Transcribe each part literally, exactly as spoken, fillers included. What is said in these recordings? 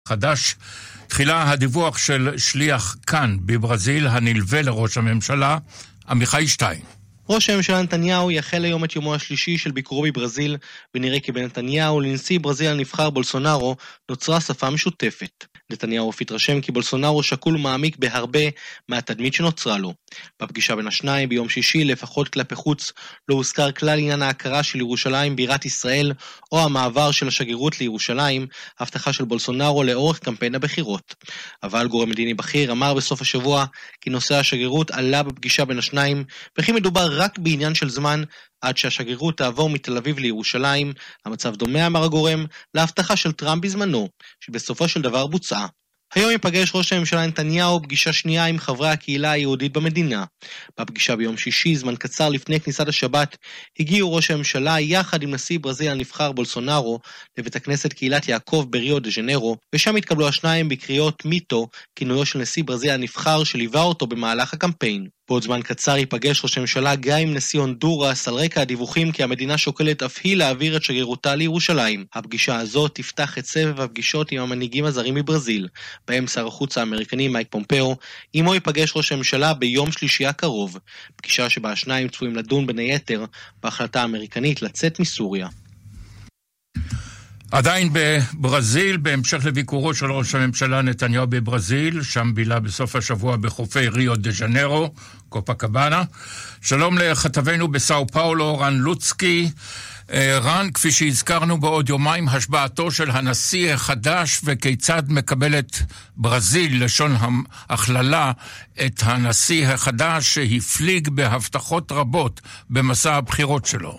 חדש. תחילה הדיווח של שליח כאן בברזיל הנלווה לראש הממשלה, עמיחי שטיין. ראש הממשלה נתניהו יחל היום את יומו השלישי של ביקורו בברזיל, ונראה כי בין נתניהו לנשיא ברזיל הנבחר בולסונארו נוצרה שפה משותפת. נתניהו אף התרשם כי בולסונארו שקול ומעמיק בהרבה מהתדמית שנוצרה לו. בפגישה בין השניים ביום שישי, לפחות כלפי חוץ, לא הוזכר כלל עניין ההכרה של ירושלים בירת ישראל, או המעבר של השגרירות לירושלים, הבטחה של בולסונארו לאורך קמפיין הבחירות. אבל גורם מדיני בכיר אמר בסוף השבוע כי נושא השגרירות עלה בפגישה בין השניים, וכי מדובר רק בעניין של זמן עד שהשגרירות תעבור מתל אביב לירושלים. המצב דומה, אמר הגורם, להבטחה של טראמפ בזמנו, שבסופו של דבר בוצעה. היום ייפגש ראש הממשלה נתניהו פגישה שנייה עם חברי הקהילה היהודית במדינה. בפגישה ביום שישי, זמן קצר לפני כניסת השבת, הגיעו ראש הממשלה יחד עם נשיא ברזיל הנבחר בולסונארו לבית הכנסת קהילת יעקב בריו דה ז'נרו, ושם התקבלו השניים בקריאות מיטו, כינויו של נשיא ברזיל הנבחר שליווה אותו במהלך הקמפיין. בעוד זמן קצר ייפגש ראש הממשלה גם עם נשיא הונדורס על רקע הדיווחים כי המדינה שוקלת אף היא להעביר את שגרירותה לירושלים. הפגישה הזאת תפתח את סבב הפגישות עם המנהיגים הזרים מברזיל, בהם שר החוץ האמריקני מייק פומפאו, עמו ייפגש ראש הממשלה ביום שלישי הקרוב, פגישה שבה השניים צפויים לדון בין היתר בהחלטה האמריקנית לצאת מסוריה. עדיין בברזיל, בהמשך לביקורו של ראש הממשלה נתניהו בברזיל, שם בילה בסוף השבוע בחופי ריו דה ז'נרו, קופקבנה. שלום לכתבנו בסאו פאולו, רן לוצקי. רן, כפי שהזכרנו בעוד יומיים, השבעתו של הנשיא החדש, וכיצד מקבלת ברזיל, לשון ההכללה, את הנשיא החדש שהפליג בהבטחות רבות במסע הבחירות שלו.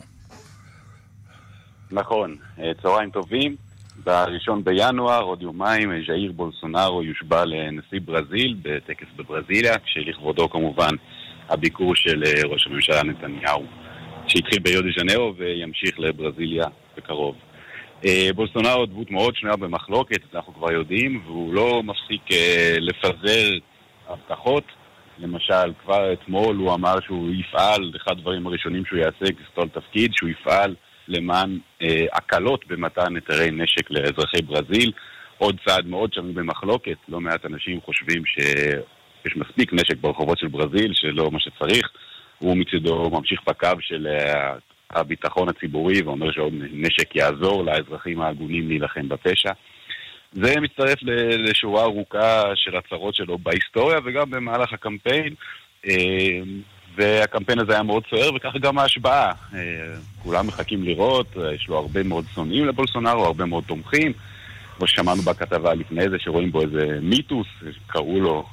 נכון, צהריים טובים. בראשון בינואר, עוד יומיים, ז'איר בולסונארו יושבע לנשיא ברזיל בטקס בברזיליה, כשלכבודו כמובן הביקור של ראש הממשלה נתניהו, שהתחיל ביו דה ז'נרו וימשיך לברזיליה בקרוב. בולסונארו דמות מאוד שנויה במחלוקת, אנחנו כבר יודעים, והוא לא מפסיק לפזר הבטחות. למשל, כבר אתמול הוא אמר שהוא יפעל, אחד הדברים הראשונים שהוא יעשה כסתול תפקיד, שהוא יפעל למען אה, הקלות במתן היתרי נשק לאזרחי ברזיל. עוד צעד מאוד שנוי במחלוקת, לא מעט אנשים חושבים שיש מספיק נשק ברחובות של ברזיל, שלא מה שצריך. הוא מצדו ממשיך בקו של אה, הביטחון הציבורי, ואומר שעוד נשק יעזור לאזרחים ההגונים להילחם בפשע. זה מצטרף לשורה ארוכה של הצהרות שלו בהיסטוריה וגם במהלך הקמפיין, אה, והקמפיין הזה היה מאוד סוער, וככה גם ההשבעה. כולם מחכים לראות, יש לו הרבה מאוד שונאים לבולסונארו, הרבה מאוד תומכים, כמו ששמענו בכתבה לפני זה, שרואים בו איזה מיתוס, קראו לו,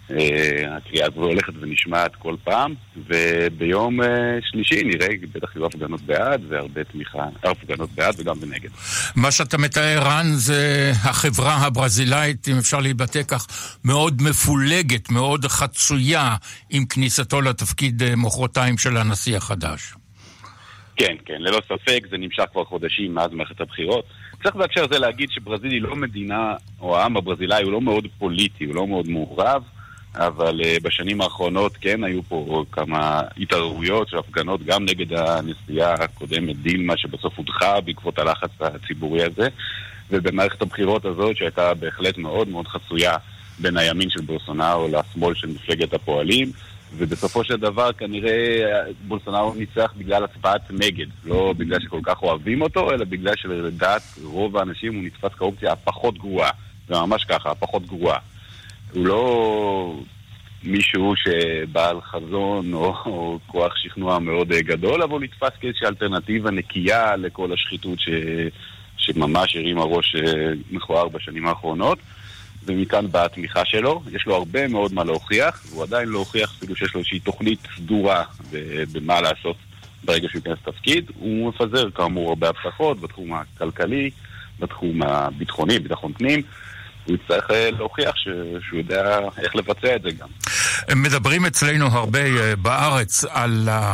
הקריאה הזו הולכת ונשמעת כל פעם, וביום שלישי נראה בטח יהיו הפגנות בעד, והרבה תמיכה, הפגנות בעד וגם בנגד. מה שאתה מתאר, רן, זה החברה הברזילאית, אם אפשר להתבטא כך, מאוד מפולגת, מאוד חצויה עם כניסתו לתפקיד מחרתיים של הנשיא החדש. כן, כן, ללא ספק, זה נמשך כבר חודשים מאז מערכת הבחירות. צריך בהקשר זה להגיד שברזיל היא לא מדינה, או העם הברזילאי הוא לא מאוד פוליטי, הוא לא מאוד מעורב, אבל uh, בשנים האחרונות כן היו פה כמה התערערויות של הפגנות גם נגד הנשיאה הקודמת דילמה, שבסוף הודחה בעקבות הלחץ הציבורי הזה, ובמערכת הבחירות הזאת שהייתה בהחלט מאוד מאוד חצויה בין הימין של בולסונארו לשמאל של מפלגת הפועלים, ובסופו של דבר כנראה בולסונארו ניצח בגלל הצבעת נגד, לא בגלל שכל כך אוהבים אותו, אלא בגלל שלדעת רוב האנשים הוא נתפס כאופציה הפחות גרועה, זה ממש ככה, הפחות גרועה. הוא לא מישהו שבעל חזון או, או כוח שכנוע מאוד גדול, אבל הוא נתפס כאיזושהי אלטרנטיבה נקייה לכל השחיתות ש, שממש הרים הראש מכוער בשנים האחרונות, ומכאן באה התמיכה שלו. יש לו הרבה מאוד מה להוכיח, והוא עדיין לא הוכיח אפילו שיש לו איזושהי תוכנית סדורה במה לעשות ברגע שהוא ייכנס לתפקיד. הוא מפזר כאמור הרבה הבטחות בתחום הכלכלי, בתחום הביטחוני, ביטחון פנים, הוא יצטרך להוכיח שהוא יודע איך לבצע את זה גם. מדברים אצלנו הרבה בארץ על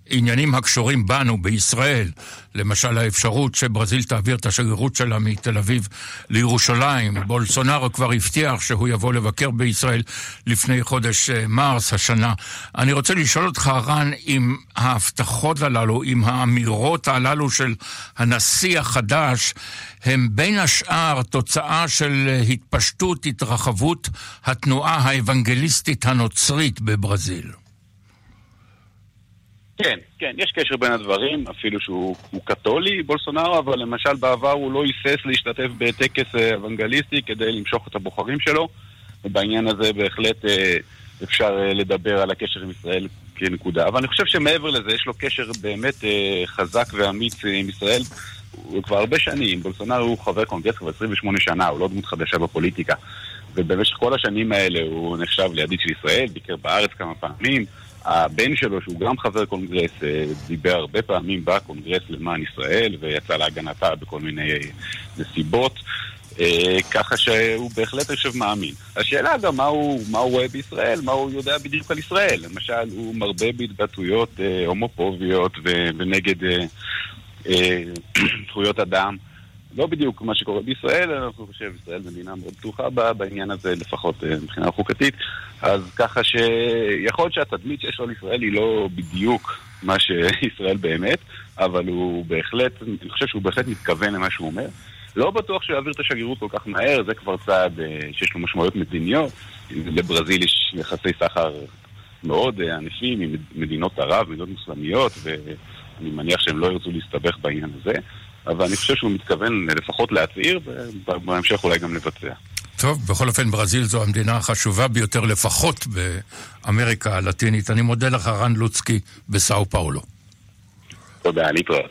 עניינים הקשורים בנו בישראל, למשל האפשרות שברזיל תעביר את השגרירות שלה מתל אביב לירושלים. בולסונארו כבר הבטיח שהוא יבוא לבקר בישראל לפני חודש מרס השנה. אני רוצה לשאול אותך, רן, עם ההבטחות הללו, עם האמירות הללו של הנשיא החדש, הם בין השאר תוצאה של התפשטות, התרחבות התנועה האוונגליסטית הנוצרית בברזיל. כן, כן, יש קשר בין הדברים, אפילו שהוא קתולי, בולסונארו, אבל למשל בעבר הוא לא היסס להשתתף בטקס אוונגליסטי כדי למשוך את הבוחרים שלו, ובעניין הזה בהחלט אפשר לדבר על הקשר עם ישראל כנקודה. אבל אני חושב שמעבר לזה יש לו קשר באמת חזק ואמיץ עם ישראל, הוא כבר הרבה שנים. בולסונארו הוא חבר קונגרס כבר עשרים ושמונה שנה, הוא לא דמות חדשה בפוליטיקה, ובמשך כל השנים האלה הוא נחשב לידיד של ישראל, ביקר בארץ כמה פעמים. הבן שלו, שהוא גם חבר קונגרס, דיבר הרבה פעמים בקונגרס למען ישראל, ויצא להגנתה בכל מיני נסיבות, ככה שהוא בהחלט חושב מאמין. השאלה גם מה הוא, מה הוא רואה בישראל, מה הוא יודע בדיוק על ישראל. למשל, הוא מרבה בהתבטאויות הומופוביות ונגד זכויות אדם. לא בדיוק מה שקורה בישראל, אני חושב ישראל מדינה מאוד פתוחה בה, בעניין הזה לפחות מבחינה חוקתית, אז ככה שיכול להיות שהתדמית שיש לו לישראל היא לא בדיוק מה שישראל באמת, אבל הוא בהחלט, אני חושב שהוא בהחלט מתכוון למה שהוא אומר. לא בטוח שהוא יעביר את השגרירות כל כך מהר, זה כבר צעד שיש לו משמעויות מדיניות. לברזיל יש יחסי סחר מאוד ענפים עם מדינות ערב, מדינות מוסלמיות, ואני מניח שהם לא ירצו להסתבך בעניין הזה. אבל אני חושב שהוא מתכוון לפחות להצעיר, ובהמשך אולי גם לבצע. טוב, בכל אופן ברזיל זו המדינה החשובה ביותר לפחות באמריקה הלטינית. אני מודה לך, רן לוצקי, בסאו פאולו. תודה, להתראות.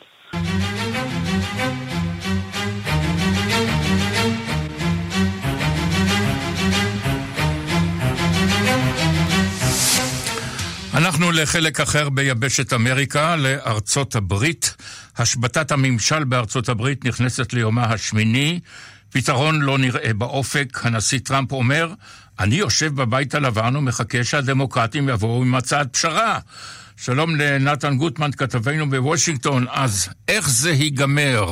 אנחנו לחלק אחר ביבשת אמריקה, לארצות הברית. השבתת הממשל בארצות הברית נכנסת ליומה השמיני, פתרון לא נראה באופק. הנשיא טראמפ אומר, אני יושב בבית הלבן ומחכה שהדמוקרטים יבואו עם הצעת פשרה. שלום לנתן גוטמן, כתבנו בוושינגטון. אז איך זה ייגמר?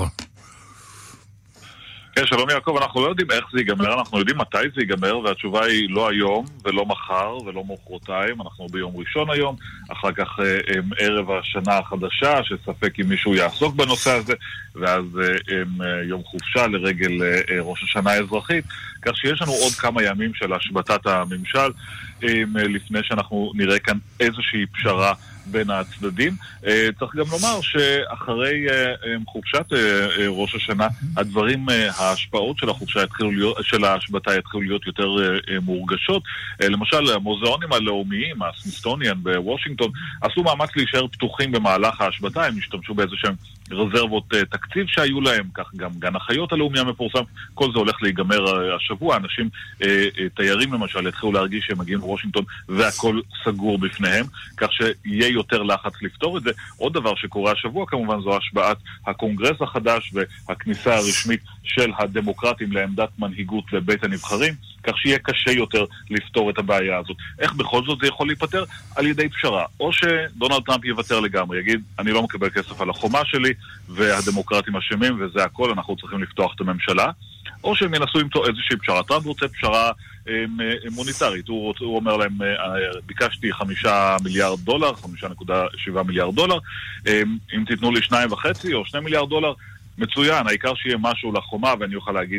כן, שלום יעקב, אנחנו לא יודעים איך זה ייגמר, אנחנו יודעים מתי זה ייגמר, והתשובה היא לא היום ולא מחר ולא מחרתיים. אנחנו ביום ראשון היום, אחר כך הם, ערב השנה החדשה, שספק אם מישהו יעסוק בנושא הזה, ואז הם, יום חופשה לרגל ראש השנה האזרחית, כך שיש לנו עוד כמה ימים של השבתת הממשל, הם, לפני שאנחנו נראה כאן איזושהי פשרה בין הצדדים. צריך גם לומר שאחרי חופשת ראש השנה, הדברים, ההשפעות של החופשה יתחילו להיות, של ההשבתה יתחילו להיות יותר מורגשות. למשל, המוזיאונים הלאומיים, הסמית'סוניאן בוושינגטון, עשו מאמץ להישאר פתוחים במהלך ההשבתה, הם השתמשו באיזה שהם רזרבות תקציב שהיו להם, כך גם גן החיות הלאומי המפורסם, כל זה הולך להיגמר השבוע. אנשים, תיירים למשל, יתחילו להרגיש שהם מגיעים לוושינגטון והכל סגור בפניהם, כך שיהיה יותר לחץ לפתור את זה. עוד דבר שקורה השבוע כמובן זו השבעת הקונגרס החדש והכניסה הרשמית של הדמוקרטים לעמדת מנהיגות לבית הנבחרים, כך שיהיה קשה יותר לפתור את הבעיה הזאת. איך בכל זאת זה יכול להיפטר? על ידי פשרה. או שדונלד טראמפ יוותר לגמרי, יגיד, אני לא מקבל כסף על החומה שלי, והדמוקרטים אשמים, וזה הכל, אנחנו צריכים לפתוח את הממשלה. או שהם ינסו למצוא איזושהי פשרה. טראמפ רוצה פשרה מוניטרית. הוא, הוא אומר להם, ביקשתי חמישה מיליארד דולר, חמישה נקודה שבע מיליארד דולר, אם תיתנו לי שניים וחצי או שני מיליארד דולר, מצוין, העיקר שיהיה משהו לחומה, ואני אוכל להגיד,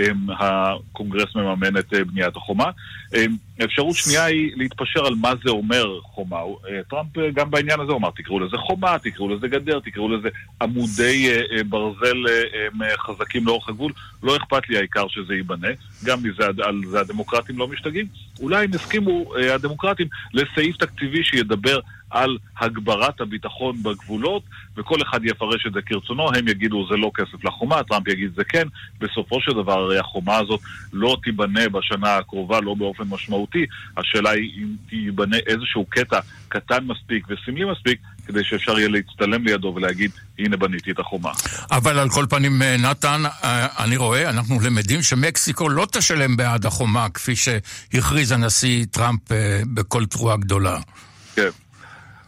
הקונגרס מממן את בניית החומה. אפשרות שנייה היא להתפשר על מה זה אומר חומה. טראמפ גם בעניין הזה אומר, תקראו לזה חומה, תקראו לזה גדר, תקראו לזה עמודי ברזל חזקים לאורך הגבול, לא אכפת לי העיקר שזה ייבנה, גם מזה, על זה הדמוקרטים לא משתגעים. אולי הם הסכימו, הדמוקרטים, לסעיף תקציבי שידבר על הגברת הביטחון בגבולות, וכל אחד יפרש את זה כרצונו, הם יגידו זה לא כסף לחומה, טראמפ יגיד זה כן, בסופו של דבר הרי החומה הזאת לא תיבנה בשנה הקרובה, לא באופן משמעותי, השאלה היא אם תיבנה איזשהו קטע קטן מספיק וסמלי מספיק, כדי שאפשר יהיה להצטלם לידו ולהגיד, הנה בניתי את החומה. אבל על כל פנים, נתן, אני רואה, אנחנו למדים שמקסיקו לא תשלם בעד החומה, כפי שהכריז הנשיא טראמפ בכל תרועה גדולה. כן.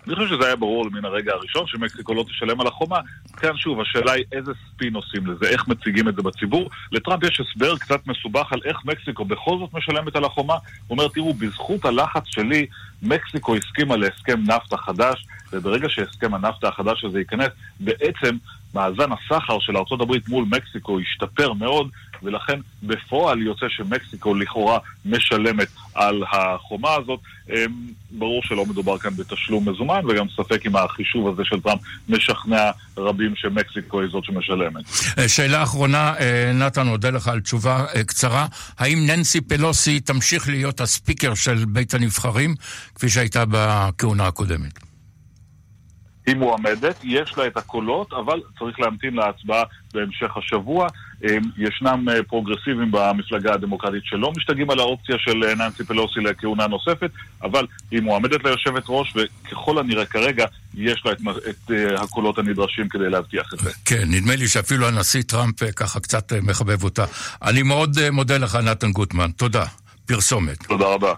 אני חושב שזה היה ברור מן הרגע הראשון שמקסיקו לא תשלם על החומה. כאן שוב, השאלה היא איזה ספין עושים לזה, איך מציגים את זה בציבור. לטראמפ יש הסבר קצת מסובך על איך מקסיקו בכל זאת משלמת על החומה. הוא אומר, תראו, בזכות הלחץ שלי, מקסיקו הסכימה להסכם נפטה חדש, וברגע שהסכם הנפטה החדש הזה ייכנס, בעצם מאזן הסחר של ארצות הברית מול מקסיקו ישתפר מאוד, ולכן בפועל יוצא שמקסיקו לכאורה משלמת על החומה הזאת. ברור שלא מדובר כאן בתשלום מזומן, וגם ספק אם החישוב הזה של טראמפ משכנע רבים שמקסיקו היא זאת שמשלמת. שאלה אחרונה, נתן, נודה לך על תשובה קצרה. האם ננסי פלוסי תמשיך להיות הספיקר של בית הנבחרים, כפי שהייתה בכהונה הקודמת? היא מועמדת, יש לה את הקולות, אבל צריך להמתין להצבעה בהמשך השבוע. ישנם פרוגרסיבים במפלגה הדמוקרטית שלא משתגעים על האופציה של ננסי פלוסי לכהונה נוספת, אבל היא מועמדת ליושבת ראש, וככל הנראה כרגע יש לה את, את הקולות הנדרשים כדי להבטיח את זה. כן, נדמה לי שאפילו הנשיא טראמפ ככה קצת מחבב אותה. אני מאוד מודה לך, נתן גוטמן. תודה. פרסומת. תודה רבה.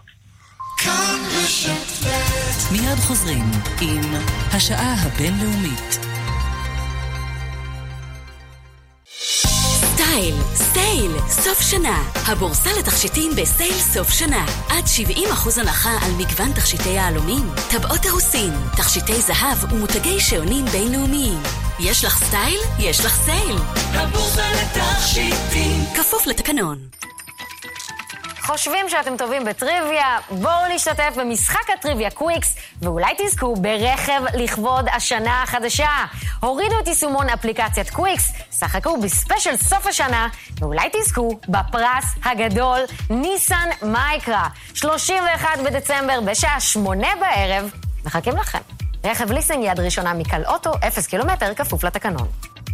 מיד חוזרים עם השעה הבינלאומית. סטייל, סייל, סוף שנה. הבורסה לתכשיטים בסייל סוף שנה. עד שבעים אחוז הנחה על מגוון תכשיטי יהלומים, טבעות הרוסין, תכשיטי זהב ומותגי שעונים בינלאומיים. יש לך סטייל? יש לך סייל. הבורסה לתכשיטים. כפוף לתקנון. חושבים שאתם טובים בטריוויה? בואו נשתתף במשחק הטריוויה קוויקס, ואולי תזכו ברכב לכבוד השנה החדשה. הורידו את יישומון אפליקציית קוויקס, שחקו בספיישל סוף השנה, ואולי תזכו בפרס הגדול ניסן מייקרה. שלושים ואחד בדצמבר בשעה שמונה בערב. מחכים לכם. רכב ליסינג יד ראשונה מקל אוטו, אפס קילומטר, כפוף לתקנון.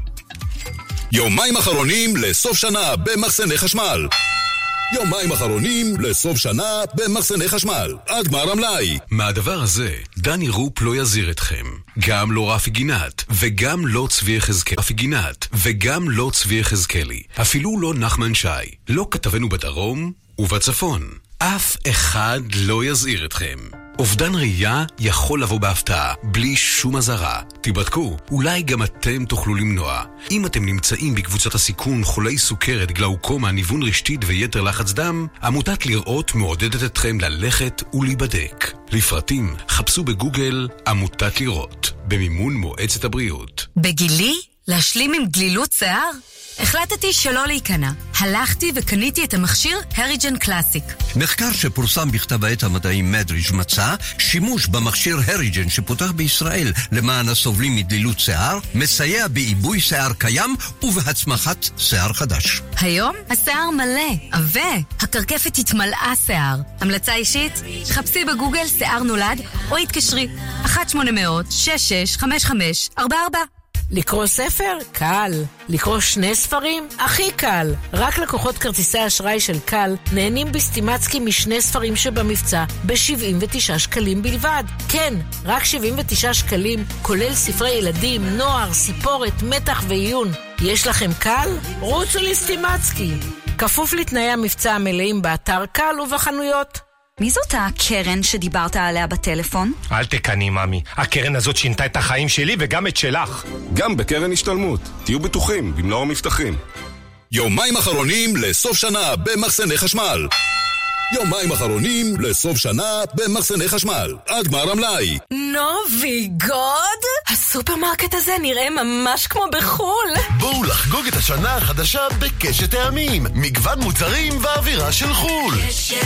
יומיים אחרונים לסוף שנה במחסני חשמל. יומיים אחרונים לסוף שנה במחסני חשמל. עד גמר המלאי. מהדבר הזה, דני רופ לא יזיר אתכם. גם לא רפי גינת, וגם לא צבי חזקאלי. רפי גינת, וגם לא צבי חזקאלי. אפילו לא נחמן שי. לא כתבנו בדרום ובצפון. אף אחד לא יזיר אתכם. אובדן ראייה יכול לבוא בהפתעה, בלי שום הזרה. תיבדקו, אולי גם אתם תוכלו למנוע. אם אתם נמצאים בקבוצת הסיכון חולי סוכרת, גלאוקומה, ניוון רשתית ויתר לחץ דם, עמותת לראות מעודדת אתכם ללכת ולהיבדק. לפרטים, חפשו בגוגל עמותת לראות, במימון מועצת הבריאות. בגילי? להשלים עם גלילות שיער? החלטתי שלא להיכנע. הלכתי וקניתי את המכשיר הריג'ן קלאסיק. מחקר שפורסם בכתב העת המדעי מדריג' מצא שימוש במכשיר הריג'ן שפותח בישראל למען הסובלים מדלילות שיער מסייע בעיבוי שיער קיים ובהצמחת שיער חדש. היום השיער מלא, עבה, הקרקפת התמלאה שיער. המלצה אישית? חפשי בגוגל שיער נולד או התקשרי אחת שמונה אפס אפס שש שש חמש חמש ארבע ארבע. לקרוא ספר? קל. לקרוא שני ספרים? הכי קל. רק לקוחות כרטיסי אשראי של קל נהנים בסטימצקי משני ספרים שבמבצע ב-שבעים ותשעה שקלים בלבד. כן, רק שבעים ותשעה שקלים, כולל ספרי ילדים, נוער, סיפורת, מתח ועיון. יש לכם קל? רוצו לסטימצקי. כפוף לתנאי המבצע המלאים באתר קל ובחנויות. מי זאת הקרן שדיברת עליה בטלפון? אל תקני, ממי. הקרן הזאת שינתה את החיים שלי וגם את שלך. גם בקרן השתלמות. תהיו בטוחים, במלוא המבטחים. יומיים אחרונים לסוף שנה במחסני חשמל. יומיים אחרונים לסוף שנה במחסני חשמל. עד גמר המלאי. נובי גוד? הסופרמרקט הזה נראה ממש כמו בחול. בואו לחגוג את השנה החדשה בקשת טעמים. מגוון מוצרים ואווירה של חול. קשת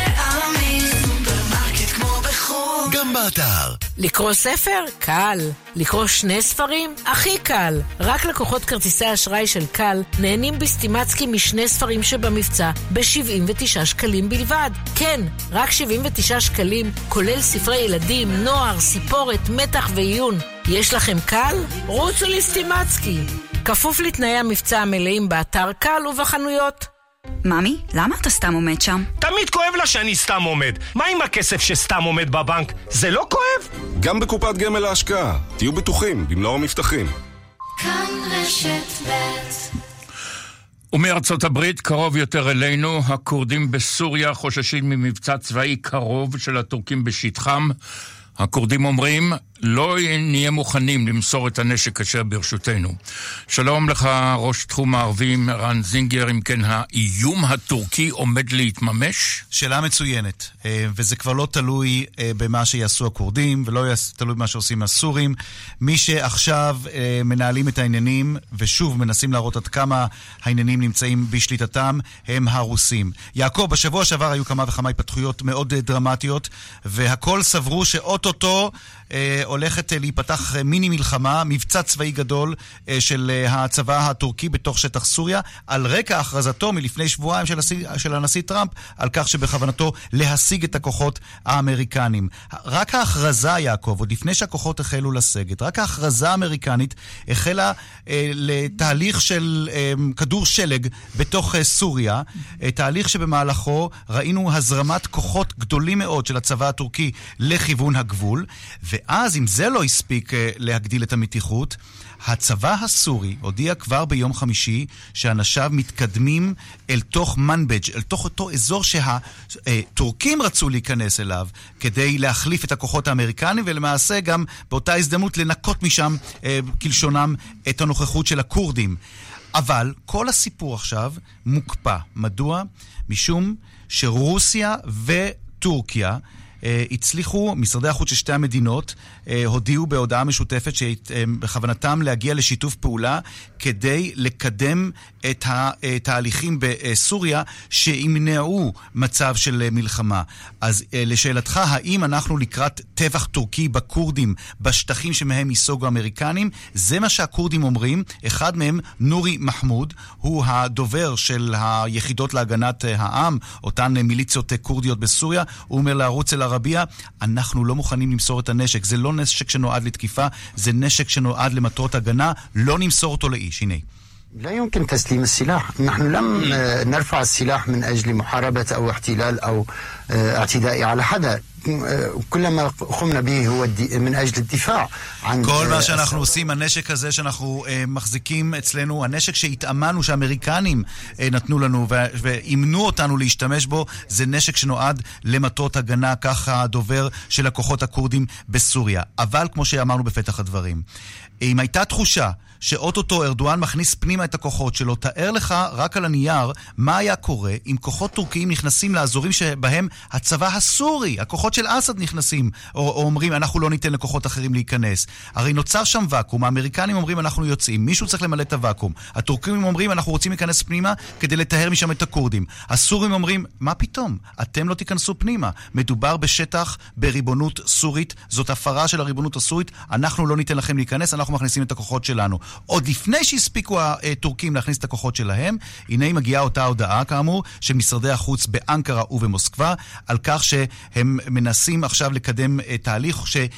טעמים, סופרמרקט כמו בחול. גם באתר. לקרוא ספר? קל. לקרוא שני ספרים? הכי קל. רק לקוחות כרטיסי אשראי של קל נהנים בסטימצקי משני ספרים שבמבצע ב-שבעים ותשעה שקלים בלבד. כן, רק שבעים ותשעה שקלים, כולל ספרי ילדים, נוער, סיפורת, מתח ועיון. יש לכם קל? רוצו לסטימצקי. כפוף לתנאי המבצע המלאים באתר קל ובחנויות. ממי, למה אתה סתם עומד שם? תמיד כואב לה שאני סתם עומד. מה עם הכסף שסתם עומד בבנק? זה לא כואב? גם בקופת גמל להשקעה. תהיו בטוחים, במלוא המבטחים. כאן רשת ב'. ומארצות הברית, קרוב יותר אלינו, הכורדים בסוריה חוששים ממבצע צבאי קרוב של הטורקים בשטחם. הכורדים אומרים, לא נהיה מוכנים למסור את הנשק אשר ברשותנו. שלום לך, ראש תחום הערבים, רן זינגר. אם כן, האיום הטורקי עומד להתממש? שאלה מצוינת, וזה כבר לא תלוי במה שיעשו הכורדים, ולא תלוי במה שעושים הסורים. מי שעכשיו מנהלים את העניינים, ושוב מנסים להראות עד כמה העניינים נמצאים בשליטתם, הם הרוסים. יעקב, בשבוע שעבר היו כמה וכמה התפתחויות מאוד דרמטיות, והכל סברו שאוטוטו אה, הולכת להיפתח מיני מלחמה, מבצע צבאי גדול אה, של אה, הצבא הטורקי בתוך שטח סוריה, על רקע הכרזתו מלפני שבועיים של, הסי, של הנשיא טראמפ, על כך שבכוונתו להשיג את הכוחות האמריקנים. רק ההכרזה, יעקב, עוד לפני שהכוחות החלו לסגת, רק ההכרזה האמריקנית החלה אה, לתהליך של אה, כדור שלג בתוך אה, סוריה, אה, תהליך שבמהלכו ראינו הזרמת כוחות גדולים מאוד של הצבא הטורקי לכיוון הגבול, ואז אם זה לא הספיק להגדיל את המתיחות, הצבא הסורי הודיע כבר ביום חמישי שאנשיו מתקדמים אל תוך מנבג', אל תוך אותו אזור שהטורקים רצו להיכנס אליו כדי להחליף את הכוחות האמריקנים, ולמעשה גם באותה הזדמנות לנקות משם כלשונם את הנוכחות של הכורדים. אבל כל הסיפור עכשיו מוקפא. מדוע? משום שרוסיה וטורקיה הצליחו, משרדי החוץ של שתי המדינות הודיעו בהודעה משותפת שבכוונתם להגיע לשיתוף פעולה כדי לקדם את התהליכים בסוריה שימנעו מצב של מלחמה. אז לשאלתך, האם אנחנו לקראת טבח טורקי בקורדים בשטחים שמהם ייסוגו האמריקנים? זה מה שהקורדים אומרים. אחד מהם, נורי מחמוד, הוא הדובר של היחידות להגנת העם, אותן מיליציות קורדיות בסוריה. הוא אומר לערוץ אל ערבייה, אנחנו לא מוכנים למסור את הנשק. זה לא נשק שנועד לתקיפה, זה נשק שנועד למטרות הגנה, לא נמסור אותו לאיש. הנה. لا يمكن تسليم السلاح. نحن لم نرفع السلاح من أجل محاربة أو احتلال أو اعتداء على حدا. كل ما قمنا به هو من أجل الدفاع عن כל מה שאנחנו עושים, הנשק הזה שאנחנו מחזיקים אצלנו, הנשק שהתאמנו שהאמריקנים נתנו לנו ואימנו אותנו להשתמש בו, זה נשק שנועד למטרות הגנה, ככה הדובר של הכוחות הקורדים בסוריה. אבל כמו שאמרנו בפתח הדברים, אם הייתה תחושה שאוטוטו ארדואן מכניס פנימה את הכוחות שלו, תאר לך רק על הנייר מה היה קורה אם כוחות טורקיים נכנסים לאזורים שבהם הצבא הסורי, הכוחות של אסד נכנסים, או, או אומרים אנחנו לא ניתן לכוחות אחרים להיכנס. הרי נוצר שם וקום, האמריקנים אומרים אנחנו יוצאים, מישהו צריך למלא את הוואקום. הטורקים אומרים אנחנו רוצים להיכנס פנימה כדי לטהר משם את הכורדים. הסורים אומרים מה פתאום? אתם לא תיכנסו פנימה. מדובר בשטח בריבונות סורית, זאת הפרה של הריבונות הסורית, אנחנו לא ניתן לכם להיכנס, אנחנו מכניסים את הכוחות שלנו. עוד לפני שהספיקו הטורקים להכניס את הכוחות שלהם, הנה מגיעה אותה הודעה כאמור של משרדי החוץ באנקרה ובמוסקבה, על כך שהם מנסים עכשיו לקדם תהליך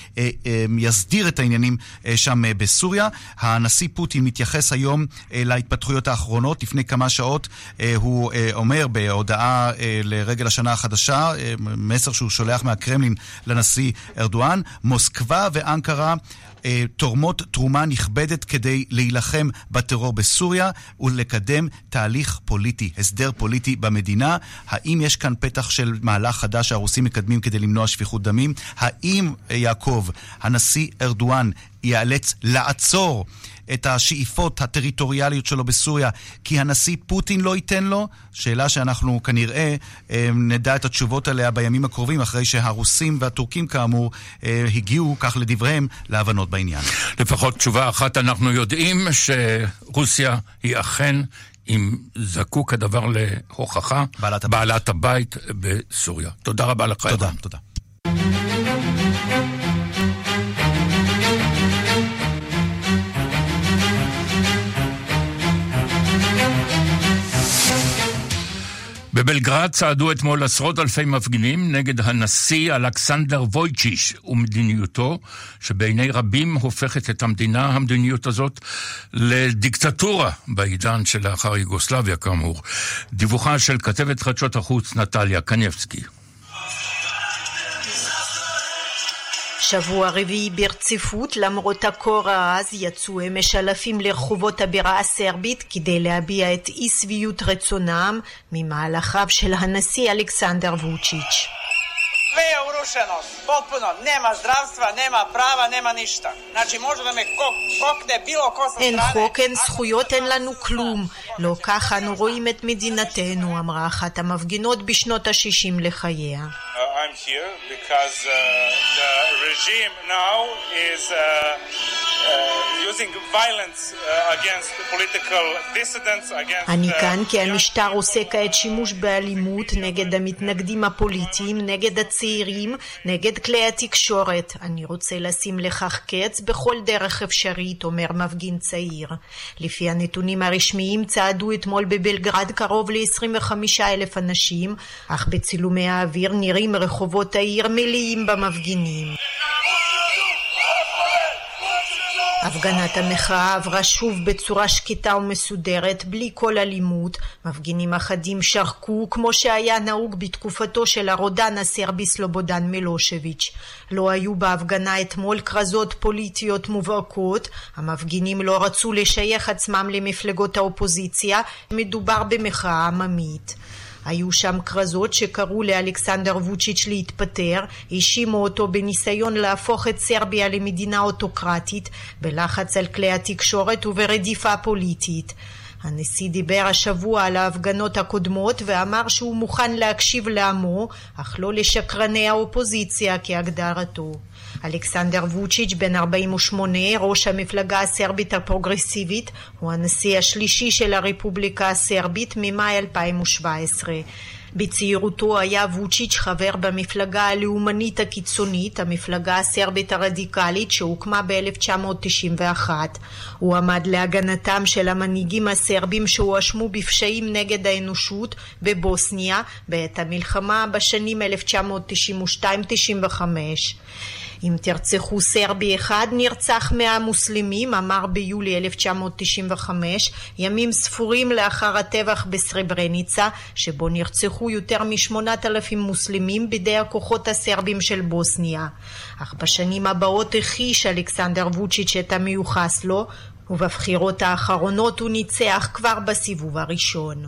שיסדיר את העניינים שם בסוריה. הנשיא פוטין מתייחס היום להתפתחויות האחרונות. לפני כמה שעות הוא אומר בהודעה לרגל השנה החדשה, מסר שהוא שולח מהקרמלין לנשיא ארדואן, מוסקבה ואנקרה תורמות תרומה נכבדת כדי להילחם בטרור בסוריה ולקדם תהליך פוליטי, הסדר פוליטי במדינה. האם יש כאן פתח של מהלך חדש שהרוסים מקדמים כדי למנוע שפיכות דמים? האם, יעקב, הנשיא ארדואן ייאלץ לעצור את השאיפות הטריטוריאליות שלו בסוריה כי הנשיא פוטין לא ייתן לו? שאלה שאנחנו כנראה נדע את התשובות עליה בימים הקרובים, אחרי שהרוסים והטורקים כאמור הגיעו, כך לדבריהם, להבנות בעניין. לפחות תשובה אחת אנחנו יודעים, שרוסיה היא אכן, אם זקוק הדבר להוכחה, בעלת הבית, בעלת הבית בסוריה. תודה רבה לך. תודה, תודה. בבלגרד צעדו אתמול עשרות אלפי מפגינים נגד הנשיא אלכסנדר וויצ'יץ' ומדיניותו, שבעיני רבים הופכת את המדינה, המדיניות הזאת, לדיקטטורה בעידן שלאחר יוגוסלביה כאמור. דיווחה של כתבת חדשות החוץ נטליה קניבסקי. שבוע רביעי ברציפות, למרות הקור העז, יצאו אמש אלפים לרחובות הבירה הסרבית כדי להביע את אי שביעות רצונם ממהלכיו של הנשיא אלכסנדר ווצ'יץ'. Sve je urušeno, potpuno. Nema zdravstva, nema prava, nema ništa. Znači, može da me kokne bilo ko sa strane. אין חוק, אין זכויות, אין לנו כלום. לא כך אנו רואים את מדינתנו, אמרה אחת המפגינות בשנות ה-שישים לחייה. I'm here because uh, the regime now is uh, uh, using violence uh, against political dissidents, against... אני כאן כי המשטר עושה כעת שימוש באלימות נגד המתנגדים הפוליטיים, נגד הצעירים, נגד כלי התקשורת. אני רוצה לשים לכך קץ בכל דרך אפשרית, אומר מפגין צעיר. לפי הנתונים הרשמיים צעדו אתמול בבלגרד קרוב ל-עשרים וחמישה אלף אנשים, אך בצילומי האוויר נראים רחובות העיר מלאים במפגינים. הפגנת המחאה עברה שוב בצורה שקטה ומסודרת, בלי כל אלימות. מפגינים אחדים שרקו כמו שהיה נהוג בתקופתו של הרודן הסרבי סלובודן מילושביץ'. לא היו בהפגנה אתמול כרזות פוליטיות מובהקות. המפגינים לא רצו לשייך עצמם למפלגות האופוזיציה. מדובר במחאה עממית. היו שם כרזות שקראו לאלכסנדר ווצ'יץ' להתפטר, האשימו אותו בניסיון להפוך את סרביה למדינה אוטוקרטית, בלחץ על כלי התקשורת וברדיפה פוליטית. הנשיא דיבר השבוע על ההפגנות הקודמות ואמר שהוא מוכן להקשיב לעמו, אך לא לשקרני האופוזיציה כהגדרתו. אלכסנדר ווצ'יץ' בן ארבעים ושמונה, ראש המפלגה הסרבית הפרוגרסיבית, הוא הנשיא השלישי של הרפובליקה הסרבית ממאי אלפיים ושבע עשרה. בצעירותו היה ווצ'יץ' חבר במפלגה הלאומנית הקיצונית, המפלגה הסרבית הרדיקלית שהוקמה ב-אלף תשע מאות תשעים ואחת. הוא עמד להגנתם של המנהיגים הסרבים שהואשמו בפשעים נגד האנושות בבוסניה בעת המלחמה בשנים אלף תשע מאות תשעים ושתיים עד תשעים וחמש. אם תרצחו סרבי אחד, נרצח מאה מוסלמים, אמר ביולי אלף תשע מאות תשעים וחמש, ימים ספורים לאחר הטבח בסרברניצה, שבו נרצחו יותר משמונת אלפים מוסלמים בידי הכוחות הסרבים של בוסניה. אך בשנים הבאות הכיש אלכסנדר ווצ'יץ' את המיוחס לו, ובבחירות האחרונות הוא ניצח כבר בסיבוב הראשון.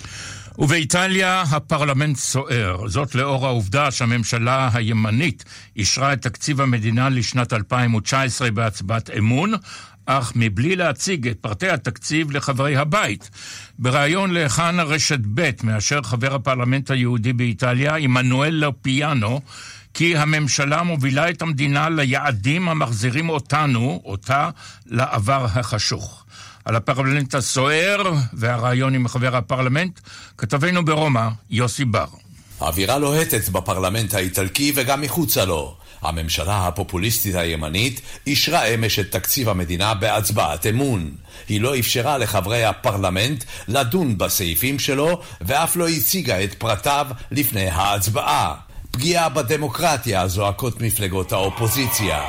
ובאיטליה הפרלמנט סוער, זאת לאור העובדה שהממשלה הימנית אישרה את תקציב המדינה לשנת אלפיים תשע עשרה בהצבעת אמון, אך מבלי להציג את פרטי התקציב לחברי הבית. בריאיון להכאן רשת ב' מאשר חבר הפרלמנט היהודי באיטליה, עמנואל לופיאנו, כי הממשלה מובילה את המדינה ליעדים המחזירים אותנו, אותה, לעבר החשוך. על הפרלמנט הסוער והרעיון עם חבר הפרלמנט, כתבנו ברומא, יוסי בר. האווירה לוהטת בפרלמנט האיטלקי וגם מחוצה לו. הממשלה הפופוליסטית הימנית אישרה אמש את תקציב המדינה בהצבעת אמון. היא לא אפשרה לחברי הפרלמנט לדון בסעיפים שלו, ואף לא הציגה את פרטיו לפני ההצבעה. פגיעה בדמוקרטיה, זועקות מפלגות האופוזיציה.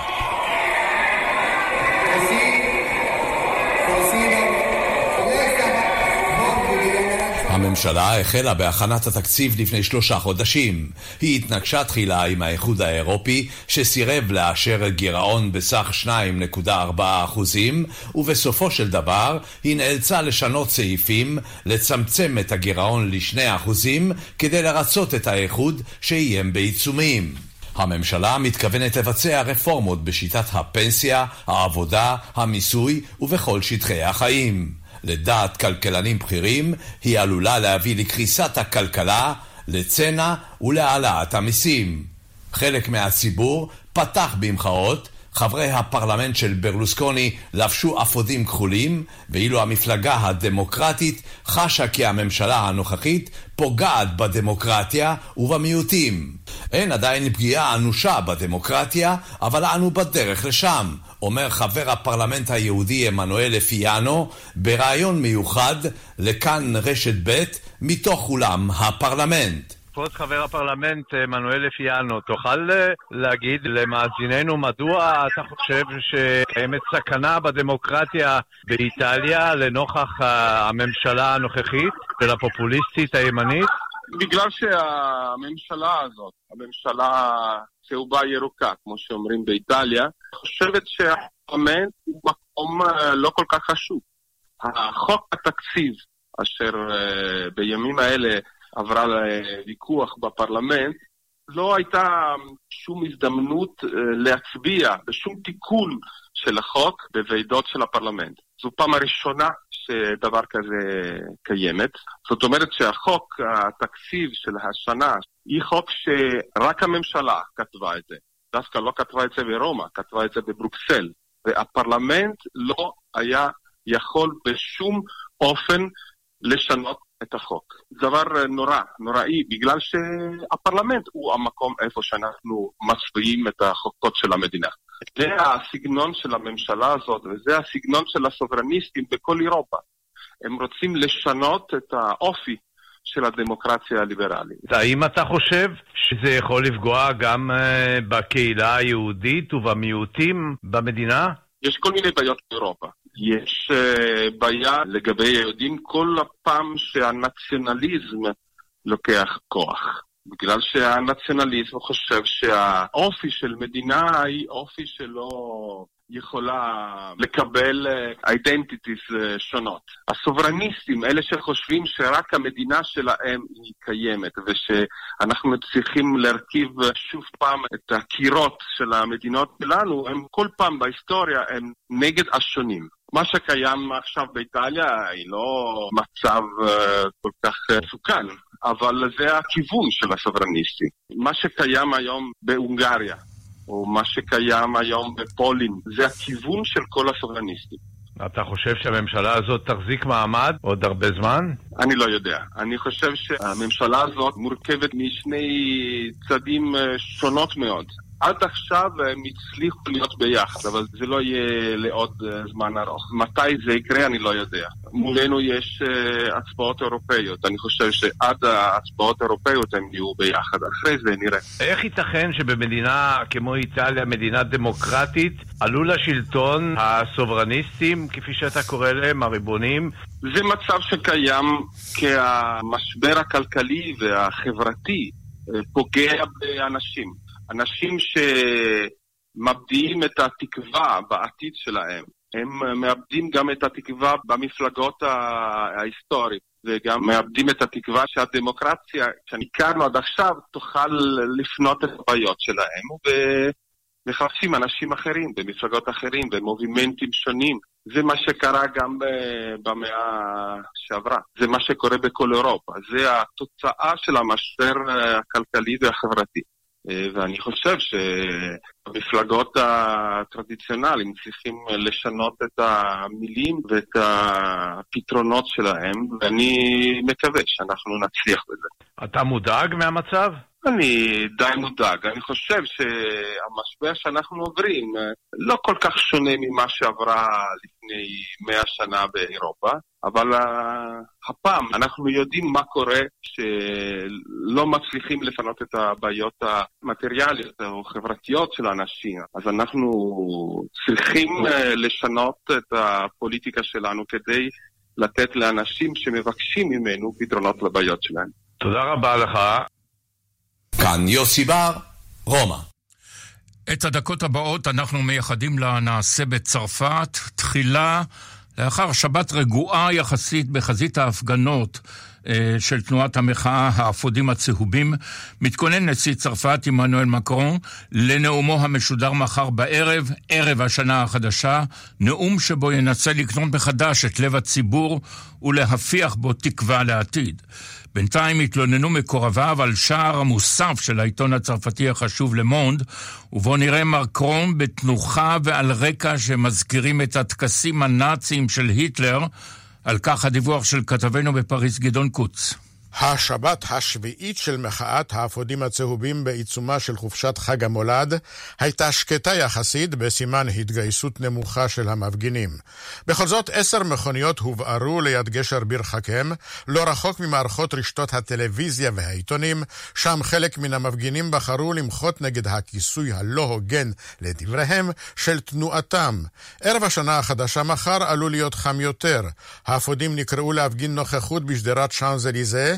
הממשלה החלה בהכנת התקציב לפני שלושה חודשים. היא התנגשה תחילה עם האיחוד האירופי, שסירב לאשר גירעון בסך שתיים נקודה ארבע אחוזים, ובסופו של דבר היא נאלצה לשנות סעיפים, לצמצם את הגירעון לשני אחוזים, כדי לרצות את האיחוד שאיים בעיצומים. הממשלה מתכוונת לבצע רפורמות בשיטת הפנסיה, העבודה, המיסוי ובכל שטחי החיים. לדעת כלכלנים בכירים, היא עלולה להביא לקריסת הכלכלה, לצנע ולהעלאת המיסים. חלק מהציבור פתח במחאות, חברי הפרלמנט של ברלוסקוני לבשו אפודים כחולים, ואילו המפלגה הדמוקרטית חשה כי הממשלה הנוכחית פוגעת בדמוקרטיה ובמיעוטים. אין עדיין פגיעה אנושה בדמוקרטיה, אבל אנו בדרך לשם, אומר חבר הפרלמנט היהודי עמנואל לופיאנו, ברעיון מיוחד לכאן רשת ב' מתוך אולם הפרלמנט. כבוד חבר הפרלמנט עמנואל לופיאנו, תוכל להגיד למאזיננו מדוע אתה חושב שקיימת סכנה בדמוקרטיה באיטליה לנוכח הממשלה הנוכחית של הפופוליסטית הימנית? בגלל שהממשלה הזאת, הממשלה צהובה ירוקה, כמו שאומרים באיטליה, חושבת שהפרלמנט הוא מקום לא כל כך חשוב. החוק התקציב, אשר בימים האלה עברה לוויכוח בפרלמנט, לא הייתה שום הזדמנות להצביע בשום תיקון של החוק בוועידות של הפרלמנט. זו פעם הראשונה שדבר כזה קיימת. זאת אומרת שהחוק, התקציב של השנה, היא חוק שרק הממשלה כתבה את זה. דווקא לא כתבה את זה ברומא, כתבה את זה בברוקסל. והפרלמנט לא היה יכול בשום אופן לשנות את החוק. דבר נורא, נוראי, בגלל שהפרלמנט הוא המקום איפה שאנחנו מצביעים את החוקות של המדינה. זה הסגנון של הממשלה הזאת, וזה הסגנון של הסוברניסטים בכל אירופה. הם רוצים לשנות את האופי של הדמוקרטיה הליברלית. האם אתה חושב שזה יכול לפגוע גם uh, בקהילה היהודית ובמיעוטים במדינה? יש כל מיני בעיות באירופה. יש uh, בעיה לגבי היהודים כל הפעם שהנציונליזם לוקח כוח. בגלל שהנציונליזם חושב שהאופי של מדינה היא אופי שלא יכולה לקבל אידנטיטיז שונות. הסוברניסטים, אלה שחושבים שרק המדינה שלהם היא קיימת, ושאנחנו צריכים להרכיב שוב פעם את הקירות של המדינות שלנו, הם כל פעם בהיסטוריה הם נגד השונים. מה שקיים עכשיו באיטליה היא לא מצב uh, כל כך מסוכן, אבל זה הכיוון של הסוברניסטי. מה שקיים היום בהונגריה, או מה שקיים היום בפולין, זה הכיוון של כל הסוברניסטים. אתה חושב שהממשלה הזאת תחזיק מעמד עוד הרבה זמן? אני לא יודע. אני חושב שהממשלה הזאת מורכבת משני צדים שונות מאוד. עד עכשיו הם הצליחו להיות ביחד, אבל זה לא יהיה לעוד זמן ארוך. מתי זה יקרה אני לא יודע. מולנו יש uh, הצבעות אירופאיות. אני חושב שעד ההצבעות האירופאיות הם יהיו ביחד. אחרי זה נראה. איך ייתכן שבמדינה כמו איטליה, מדינה דמוקרטית, עלו לשלטון הסוברניסטים, כפי שאתה קורא להם, הריבונים? זה מצב שקיים כי המשבר הכלכלי והחברתי פוגע באנשים. אנשים שמאבדים את התקווה בעתיד שלהם, הם מאבדים גם את התקווה במפלגות ההיסטוריות, וגם מאבדים את התקווה שהדמוקרטיה שהכרנו עד עכשיו תוכל לפנות את הבעיות שלהם, ומחפשים אנשים אחרים במפלגות אחרים, במובימנטים שונים. זה מה שקרה גם במאה שעברה, זה מה שקורה בכל אירופה, זה התוצאה של המשבר הכלכלי והחברתי. ואני חושב שהמפלגות הטרדיציונליים צריכים לשנות את המילים ואת הפתרונות שלהם, ואני מקווה שאנחנו נצליח בזה. אתה מודאג מהמצב? אני די מודאג. אני חושב שהמשבר שאנחנו עוברים לא כל כך שונה ממה שעברה לפני מאה שנה באירופה, אבל uh, הפעם אנחנו יודעים מה קורה שלא מצליחים לפנות את הבעיות המטריאליות או חברתיות של האנשים. אז אנחנו צריכים uh, לשנות את הפוליטיקה שלנו כדי לתת לאנשים שמבקשים ממנו פתרונות לבעיות שלהם. תודה רבה לך. כאן יוסי בר, רומא. את הדקות הבאות אנחנו מייחדים לנעשה בצרפת, תחילה לאחר שבת רגועה יחסית בחזית ההפגנות של תנועת המחאה האפודים הצהובים, מתכונן נשיא צרפת עמנואל מקרון לנאומו המשודר מחר בערב, ערב השנה החדשה, נאום שבו ינסה לקנות מחדש את לב הציבור ולהפיח בו תקווה לעתיד. בינתיים התלוננו מקורביו על שער המוסף של העיתון הצרפתי החשוב למונד, ובו נראה מקרון בתנוחה ועל רקע שמזכירים את הטקסים הנאציים של היטלר. על כך הדיווח של כתבנו בפריז גדעון קוץ. השבת השביעית של מחאת האפודים הצהובים בעיצומה של חופשת חג המולד הייתה שקטה יחסית בסימן התגייסות נמוכה של המפגינים. בכל זאת עשר מכוניות הובערו ליד גשר ביר חכם, לא רחוק ממערכות רשתות הטלוויזיה והעיתונים, שם חלק מן המפגינים בחרו למחות נגד הכיסוי הלא הוגן לדבריהם של תנועתם. ערב השנה החדשה מחר עלול להיות חם יותר. האפודים נקראו להפגין נוכחות בשדרת שאנזליזה,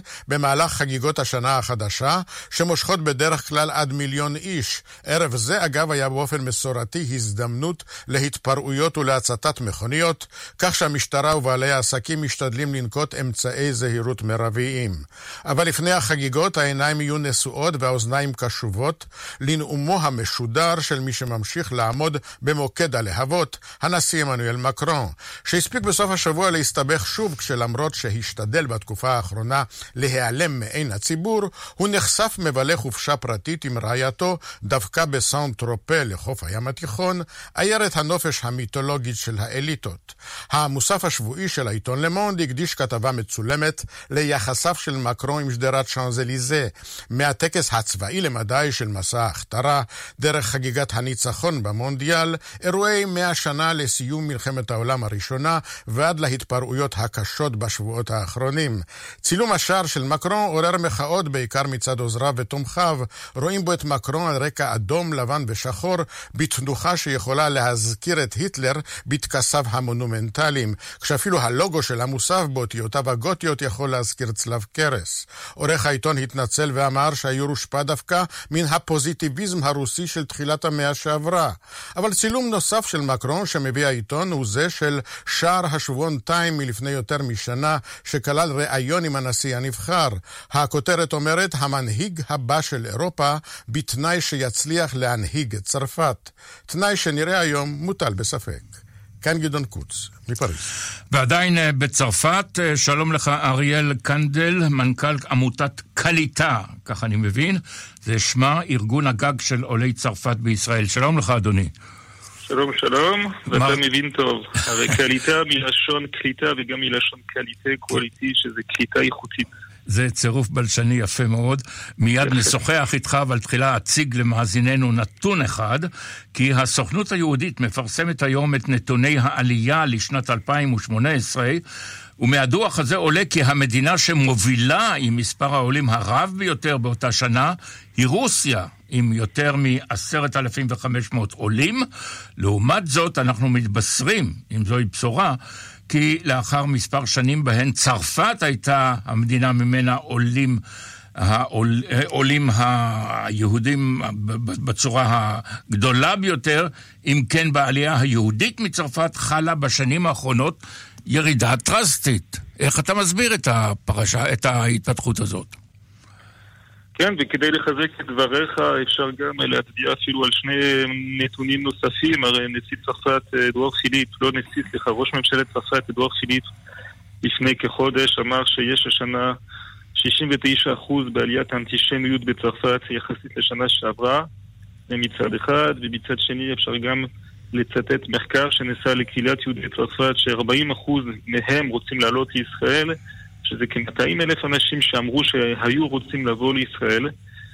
במהלך חגיגות השנה החדשה, שמושכות בדרך כלל עד מיליון איש. ערב זה, אגב, היה באופן מסורתי הזדמנות להתפרעויות ולהצתת מכוניות, כך שהמשטרה ובעלי העסקים משתדלים לנקוט אמצעי זהירות מרביים. אבל לפני החגיגות העיניים יהיו נשואות והאוזניים קשובות לנאומו המשודר של מי שממשיך לעמוד במוקד הלהבות, הנשיא עמנואל מקרון, שהספיק בסוף השבוע להסתבך שוב כשלמרות שהשתדל בתקופה האחרונה להיעלם מעין הציבור, הוא נחשף מבלה חופשה פרטית עם רעייתו דווקא בסן טרופה לחוף הים התיכון, עיירת הנופש המיתולוגית של האליטות. המוסף השבועי של העיתון למונד הקדיש כתבה מצולמת ליחסיו של מקרון עם שדרת שאנזליזה, מהטקס הצבאי למדי של מסע ההכתרה, דרך חגיגת הניצחון במונדיאל, אירועי מאה שנה לסיום מלחמת העולם הראשונה ועד להתפרעויות הקשות בשבועות האחרונים. צילום השער של מקרון עורר מחאות בעיקר מצד עוזריו ותומכיו, רואים בו את מקרון על רקע אדום, לבן ושחור, בתנוחה שיכולה להזכיר את היטלר בתקסיו המונומנטליים, כשאפילו הלוגו של המוסף באותיותיו הגותיות יכול להזכיר צלב קרס. עורך העיתון התנצל ואמר שהאיור הושפע דווקא מן הפוזיטיביזם הרוסי של תחילת המאה שעברה. אבל צילום נוסף של מקרון שמביא העיתון הוא זה של שער השבועון טיים מלפני יותר משנה, שכלל ראיון עם הנשיא הנבחר. הכותרת אומרת, המנהיג הבא של אירופה, בתנאי שיצליח להנהיג את צרפת. תנאי שנראה היום מוטל בספק. כאן גדעון קוץ, מפריז. ועדיין בצרפת, שלום לך אריאל קנדל, מנכ"ל עמותת קליטה, כך אני מבין, זה שמה ארגון הגג של עולי צרפת בישראל. שלום לך אדוני. שלום שלום, ואתה מבין טוב. הרי קליטה מלשון קליטה וגם מלשון קליטה, קואליטי, שזה קליטה איכותית. זה צירוף בלשני יפה מאוד. מיד נשוחח איתך, אבל תחילה אציג למאזיננו נתון אחד, כי הסוכנות היהודית מפרסמת היום את נתוני העלייה לשנת אלפיים ושמונה עשרה, ומהדוח הזה עולה כי המדינה שמובילה עם מספר העולים הרב ביותר באותה שנה היא רוסיה, עם יותר מ-עשרת אלפים וחמש מאות עולים. לעומת זאת אנחנו מתבשרים, אם זוהי בשורה, כי לאחר מספר שנים בהן צרפת הייתה המדינה ממנה עולים, העול, עולים היהודים בצורה הגדולה ביותר. אם כן, בעלייה היהודית מצרפת חלה בשנים האחרונות ירידה דרסטית. איך אתה מסביר את הפרשה, את ההתפתחות הזאת? כן, וכדי לחזק את דבריך אפשר גם להצביע אפילו על שני נתונים נוספים. הרי נשיא צרפת אדוארד פיליפ, לא נשיא, סליחה, ראש ממשלת צרפת אדוארד פיליפ לפני כחודש אמר שיש השנה שישים ותשעה אחוז בעליית האנטישמיות בצרפת יחסית לשנה שעברה מצד אחד, ומצד שני אפשר גם לצטט מחקר שנעשה לקהילת יהודי צרפת ש-ארבעים אחוז מהם רוצים לעלות לישראל, שזה כ-מאתיים אלף אנשים שאמרו שהיו רוצים לבוא לישראל.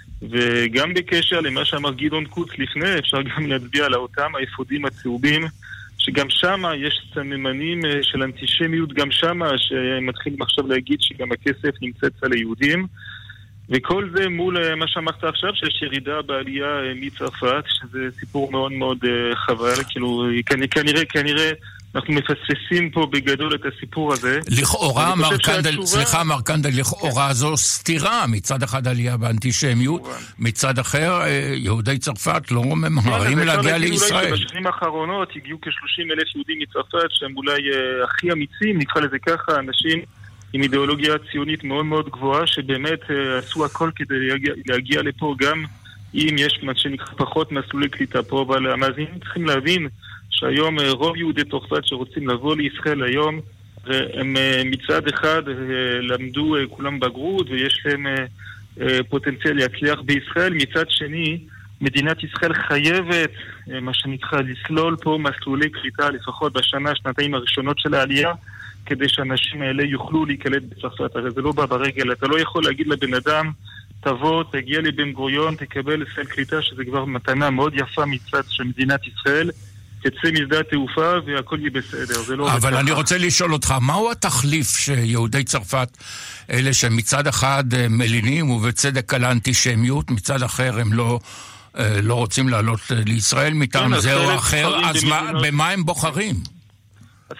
וגם בקשר למה שאמר גדעון קוץ לפני, אפשר גם להצביע על אותם האפודים הצהובים, שגם שם יש סממנים של אנטישמיות, גם שם שמתחילים עכשיו להגיד שגם הכסף נמצא אצל היהודים. וכל זה מול מה שאמרת עכשיו, שיש ירידה בעלייה מצרפת, שזה סיפור מאוד מאוד חבל, כאילו כנראה, כנראה אנחנו מפספסים פה בגדול את הסיפור הזה. לכאורה, מר קנדל, סליחה מר קנדל, לכאורה זו סתירה, מצד אחד עלייה באנטישמיות, מצד אחר יהודי צרפת לא ממהרים להגיע לישראל. בשנים האחרונות הגיעו כ-שלושים אלף יהודים מצרפת, שהם אולי הכי אמיצים, נקרא לזה ככה, אנשים עם אידיאולוגיה ציונית מאוד מאוד גבוהה, שבאמת עשו הכל כדי להגיע, להגיע לפה, גם אם יש מה שנקרא פחות מסלולי קליטה פה, אבל המאזינים צריכים להבין שהיום רוב יהודי צרפת שרוצים לבוא לישראל היום, הם מצד אחד למדו כולם בגרות ויש להם פוטנציאל להצליח בישראל, מצד שני מדינת ישראל חייבת מה שנקרא לסלול פה מסלולי קליטה לפחות בשנה, שנתיים הראשונות של העלייה, כדי שאנשים האלה יוכלו להיקלט בצרפת. הרי זה לא בא ברגל, אתה לא יכול להגיד לבן אדם תבוא, תגיע לבן גוריון, תקבל סל קליטה, שזה כבר מתנה מאוד יפה מצד של מדינת ישראל, תצא משדה התעופה והכל יהיה בסדר. זה לא אבל אני רוצה לשאול אותך, מהו התחליף שיהודי צרפת, אלה שמצד אחד מלינים ובצדק על האנטישמיות, מצד אחר הם לא, לא רוצים לעלות לישראל מטעם זה או אחר, אז מה, במה הם בוחרים? אז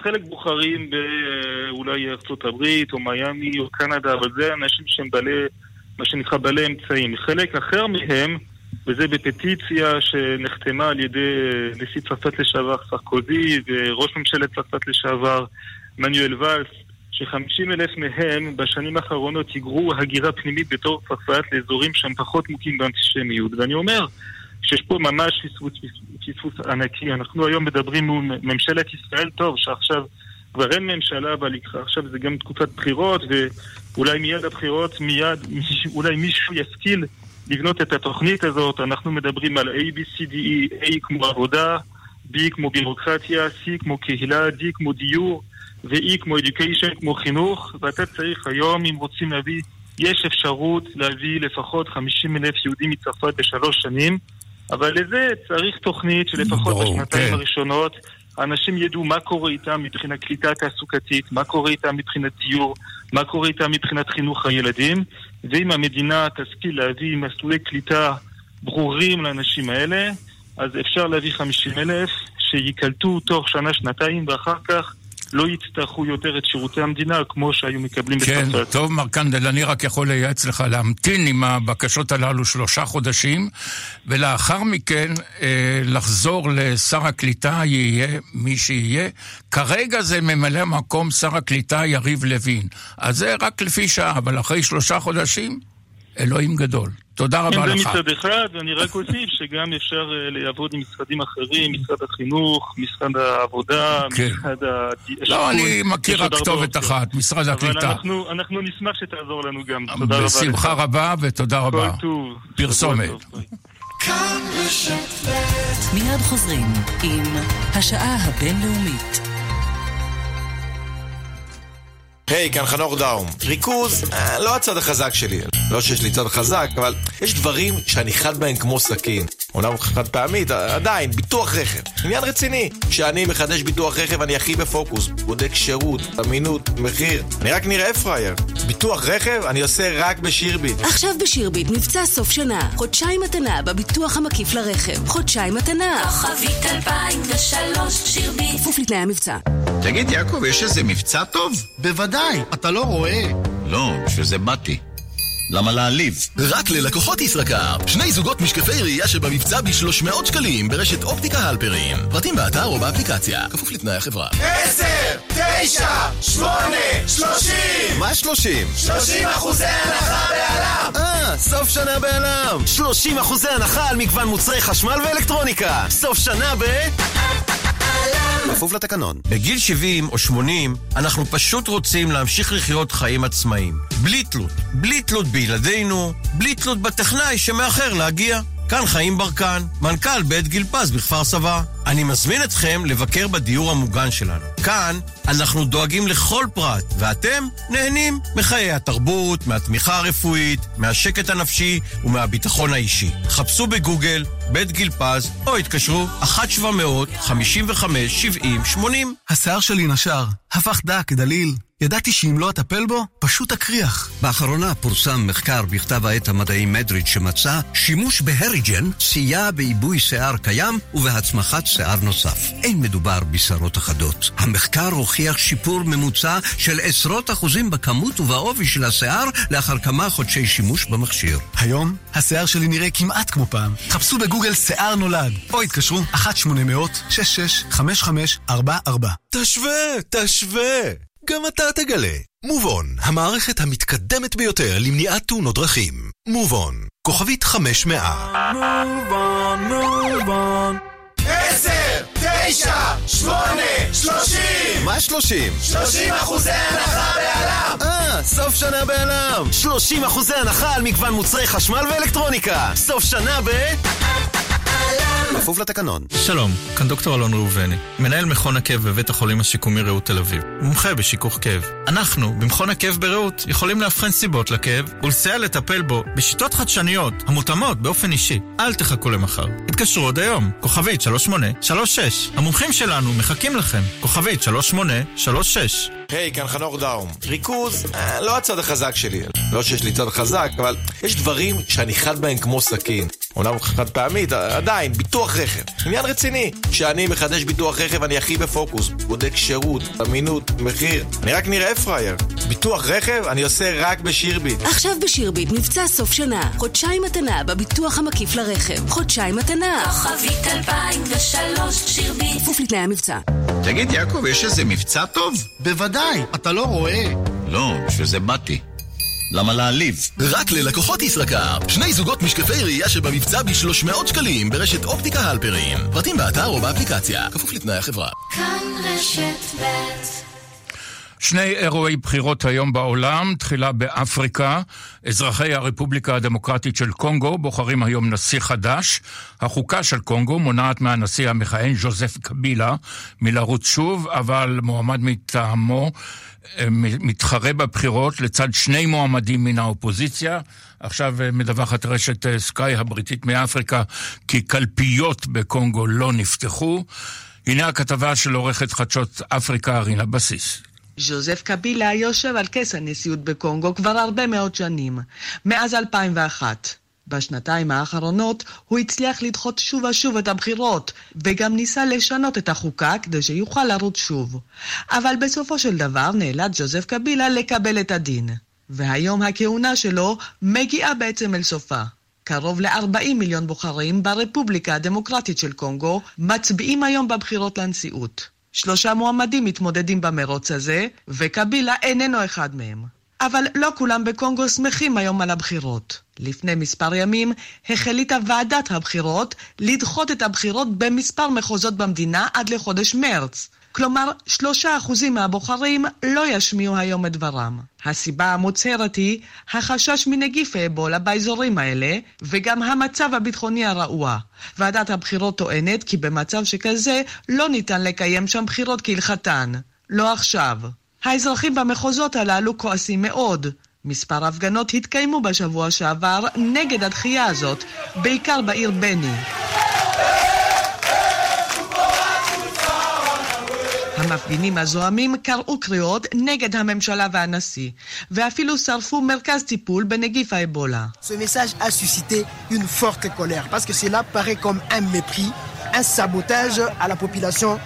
חלק בוחרים באולי ארצות הברית או מיאמי או קנדה, אבל זה אנשים שהם בעלי, מה שנקרא בעלי אמצעים. חלק אחר מהם, וזה בפטיציה שנחתמה על ידי נשיא צרפת לשעבר סרקוזי וראש ממשלת צרפת לשעבר מנואל ואלס, ש-חמישים אלף מהם בשנים האחרונות היגרו הגירה פנימית בתור צרפת לאזורים שהם פחות מוכים באנטישמיות. ואני אומר שיש פה ממש פספוס, פספוס ענקי. אנחנו היום מדברים מול ממשלת ישראל, טוב שעכשיו כבר אין ממשלה, אבל עכשיו זה גם תקופת בחירות, ואולי מיד הבחירות, מיד אולי מישהו ישכיל לבנות את התוכנית הזאת. אנחנו מדברים על A, B, C, D, E, A כמו עבודה, B כמו בירוקרטיה, C כמו קהילה, D כמו דיור, ו-E כמו education, כמו חינוך. ואתה צריך היום, אם רוצים להביא, יש אפשרות להביא לפחות חמישים אלף יהודים מצרפת בשלוש שנים, אבל לזה צריך תוכנית שלפחות בשנתיים הראשונות האנשים ידעו מה קורה איתם מבחינת קליטה תעסוקתית, מה קורה איתם מבחינת דיור, מה קורה איתם מבחינת חינוך הילדים, ואם המדינה תשכיל להביא מסלולי קליטה ברורים לאנשים האלה, אז אפשר להביא חמישים אלף שיקלטו תוך שנה, שנתיים, ואחר כך לא יצטרכו יותר את שירותי המדינה כמו שהיו מקבלים כן, בצרפת. טוב מר קנדל, אני רק יכול לייעץ לך להמתין עם הבקשות הללו שלושה חודשים, ולאחר מכן אה, לחזור לשר הקליטה, יהיה מי שיהיה. כרגע זה ממלא מקום שר הקליטה יריב לוין. אז זה רק לפי שעה, אבל אחרי שלושה חודשים, אלוהים גדול. תודה רבה כן, לך. זה מצד אחד, ואני רק אוסיף שגם אפשר לעבוד עם משרדים אחרים, משרד החינוך, משרד העבודה, כן. משרד השיכון. לא, אני מכיר רק כתובת אחת, משרד הקליטה. אבל אנחנו, אנחנו נשמח שתעזור לנו גם. תודה רבה. בשמחה רבה ותודה רבה. כל טוב. פרסומת. מיד חוזרים עם השעה הבינלאומית. היי, כאן חנוך דאום. ריכוז, אה, לא הצד החזק שלי. לא שיש לי צד חזק, אבל יש דברים שאני חד בהם כמו סכין. אומנם חד פעמית, עדיין, ביטוח רכב. עניין רציני. כשאני מחדש ביטוח רכב, אני הכי בפוקוס. בודק שירות, אמינות, מחיר. אני רק נראה פרייר. ביטוח רכב, אני עושה רק בשירביט. עכשיו בשירביט מבצע סוף שנה. חודשיים מתנה בביטוח המקיף לרכב. חודשיים מתנה. כוכבית אלפיים ושלוש שירביט. כפוף לתנאי המבצע. תגיד יעקב, יש איזה מבצע טוב? בוודאי, אתה לא רואה. לא, בשביל זה באתי. למה להעליב? רק ללקוחות ישראכרט, שני זוגות משקפי ראייה שבמבצע ב-שלוש מאות שקלים ברשת אופטיקה הלפרין. פרטים באתר או באפליקציה, כפוף לתנאי החברה. עשר, תשע, שמונה, שלושים. מה שלושים? שלושים אחוזי הנחה בעלם. אה, סוף שנה בעלם. שלושים אחוזי הנחה על מגוון מוצרי חשמל ואלקטרוניקה. סוף שנה ב... כפוף לתקנון. בגיל שבעים או שמונים, אנחנו פשוט רוצים להמשיך לחיות חיים עצמאיים. בלי תלות. בלי תלות בילדינו, בלי תלות בטכנאי שמאחר להגיע. כאן חיים ברקן, מנכ"ל בית גיל פז בכפר סבא. אני מזמין אתכם לבקר בדיור המוגן שלנו. כאן אנחנו דואגים לכל פרט, ואתם נהנים מחיי התרבות, מהתמיכה הרפואית, מהשקט הנפשי ומהביטחון האישי. חפשו בגוגל בית גיל פז, או התקשרו אחת שבע מאות חמישים וחמש שבעים שמונים. השיער שלי נשר, הפך דק, דליל. ידעתי שאם לא אטפל בו, פשוט אקריח. באחרונה פורסם מחקר בכתב העת המדעי מדריד שמצא שימוש בהריג'ן סייע בעיבוי שיער קיים ובהצמחת שיער נוסף. אין מדובר בשערות אחדות. המחקר הוכיח שיפור ממוצע של עשרות אחוזים בכמות ובעובי של השיער לאחר כמה חודשי שימוש במכשיר. היום השיער שלי נראה כמעט כמו פעם. חפשו בגוגל שיער נולד, או התקשרו אחת שמונה מאות שש שש חמש חמש ארבע ארבע. תשווה, תשווה. גם אתה תגלה. מובון, המערכת המתקדמת ביותר למניעת תאונות דרכים. מובון, כוכבית חמש מאה. מובון, מובון. עשר, תשע, שמונה, שלושים. מה שלושים? שלושים אחוזי הנחה בעלם. אה, סוף שנה בעלם. שלושים אחוזי הנחה על מגוון מוצרי חשמל ואלקטרוניקה. סוף שנה ב... כפוף לתקנון. שלום, כאן דוקטור אלון ראובני, מנהל מכון הכאב בבית החולים השיקומי רעות תל אביב, מומחה בשיכוך כאב. אנחנו, במכון הכאב ברעות, יכולים להבחן סיבות לכאב ולסייע לטפל בו בשיטות חדשניות המותאמות באופן אישי. אל תחכו למחר. התקשרו עוד היום, כוכבית שלוש שמונה שלוש שש. המומחים שלנו מחכים לכם, כוכבית שלוש שמונה שלוש שש. היי, כאן חנוך דאום. ריכוז, אה, לא הצד החזק שלי. לא שיש לי צד חזק, אבל יש דברים שאני חד בהם כמו סכין. אומנם חד פעמית, עדיין, ביטוח רכב. עניין רציני. כשאני מחדש ביטוח רכב, אני הכי בפוקוס. בודק שירות, אמינות, מחיר. אני רק נראה פרייר. ביטוח רכב, אני עושה רק בשירביט. עכשיו בשירביט מבצע סוף שנה. חודשיים מתנה בביטוח המקיף לרכב. חודשיים מתנה. כוכבית אלפיים ושלוש שירביט. כפוף לתנאי המבצע. תגיד, יעקב, יש איזה מבצע טוב? בוודאי, אתה לא רואה. לא, בשביל זה באתי. למה להעליב? רק ללקוחות ישראכרט. שני זוגות משקפי ראייה שבמבצע ב-שלוש מאות שקלים ברשת אופטיקה הלפרין. פרטים באתר או באפליקציה. כפוף לתנאי החברה. כאן רשת ב'. שני אירועי בחירות היום בעולם, תחילה באפריקה. אזרחי הרפובליקה הדמוקרטית של קונגו בוחרים היום נשיא חדש. החוקה של קונגו מונעת מהנשיא המכהן ז'וזף קבילה מלרוץ שוב, אבל מועמד מטעמו מתחרה בבחירות לצד שני מועמדים מן האופוזיציה. עכשיו מדווחת רשת סקאי הבריטית מאפריקה כי קלפיות בקונגו לא נפתחו. הנה הכתבה של עורכת חדשות אפריקה רינה בסיס. ז'וזף קבילה יושב על כס הנשיאות בקונגו כבר הרבה מאוד שנים, מאז אלפיים ואחת. בשנתיים האחרונות הוא הצליח לדחות שוב ושוב את הבחירות, וגם ניסה לשנות את החוקה כדי שיוכל לרוץ שוב. אבל בסופו של דבר נאלץ ז'וזף קבילה לקבל את הדין. והיום הכהונה שלו מגיעה בעצם אל סופה. קרוב ל-ארבעים מיליון בוחרים ברפובליקה הדמוקרטית של קונגו מצביעים היום בבחירות לנשיאות. שלושה מועמדים מתמודדים במרוץ הזה, וקבילה איננו אחד מהם. אבל לא כולם בקונגו שמחים היום על הבחירות. לפני מספר ימים החליטה ועדת הבחירות לדחות את הבחירות במספר מחוזות במדינה עד לחודש מרץ. כלומר, שלושה אחוזים מהבוחרים לא ישמיעו היום את דברם. הסיבה המוצהרת היא החשש מנגיף האבולה באזורים האלה, וגם המצב הביטחוני הרעוע. ועדת הבחירות טוענת כי במצב שכזה לא ניתן לקיים שם בחירות כהלכתן. לא עכשיו. האזרחים במחוזות הללו כועסים מאוד. מספר הפגנות התקיימו בשבוע שעבר נגד הדחייה הזאת, בעיקר בעיר בני. המפגינים הזוהמים קראו קריאות נגד הממשלה והנשיא, ואפילו שרפו מרכז טיפול בנגיף האבולה. Ce message a suscité une forte colère, parce que cela paraît comme un mépris, un sabotage à la population.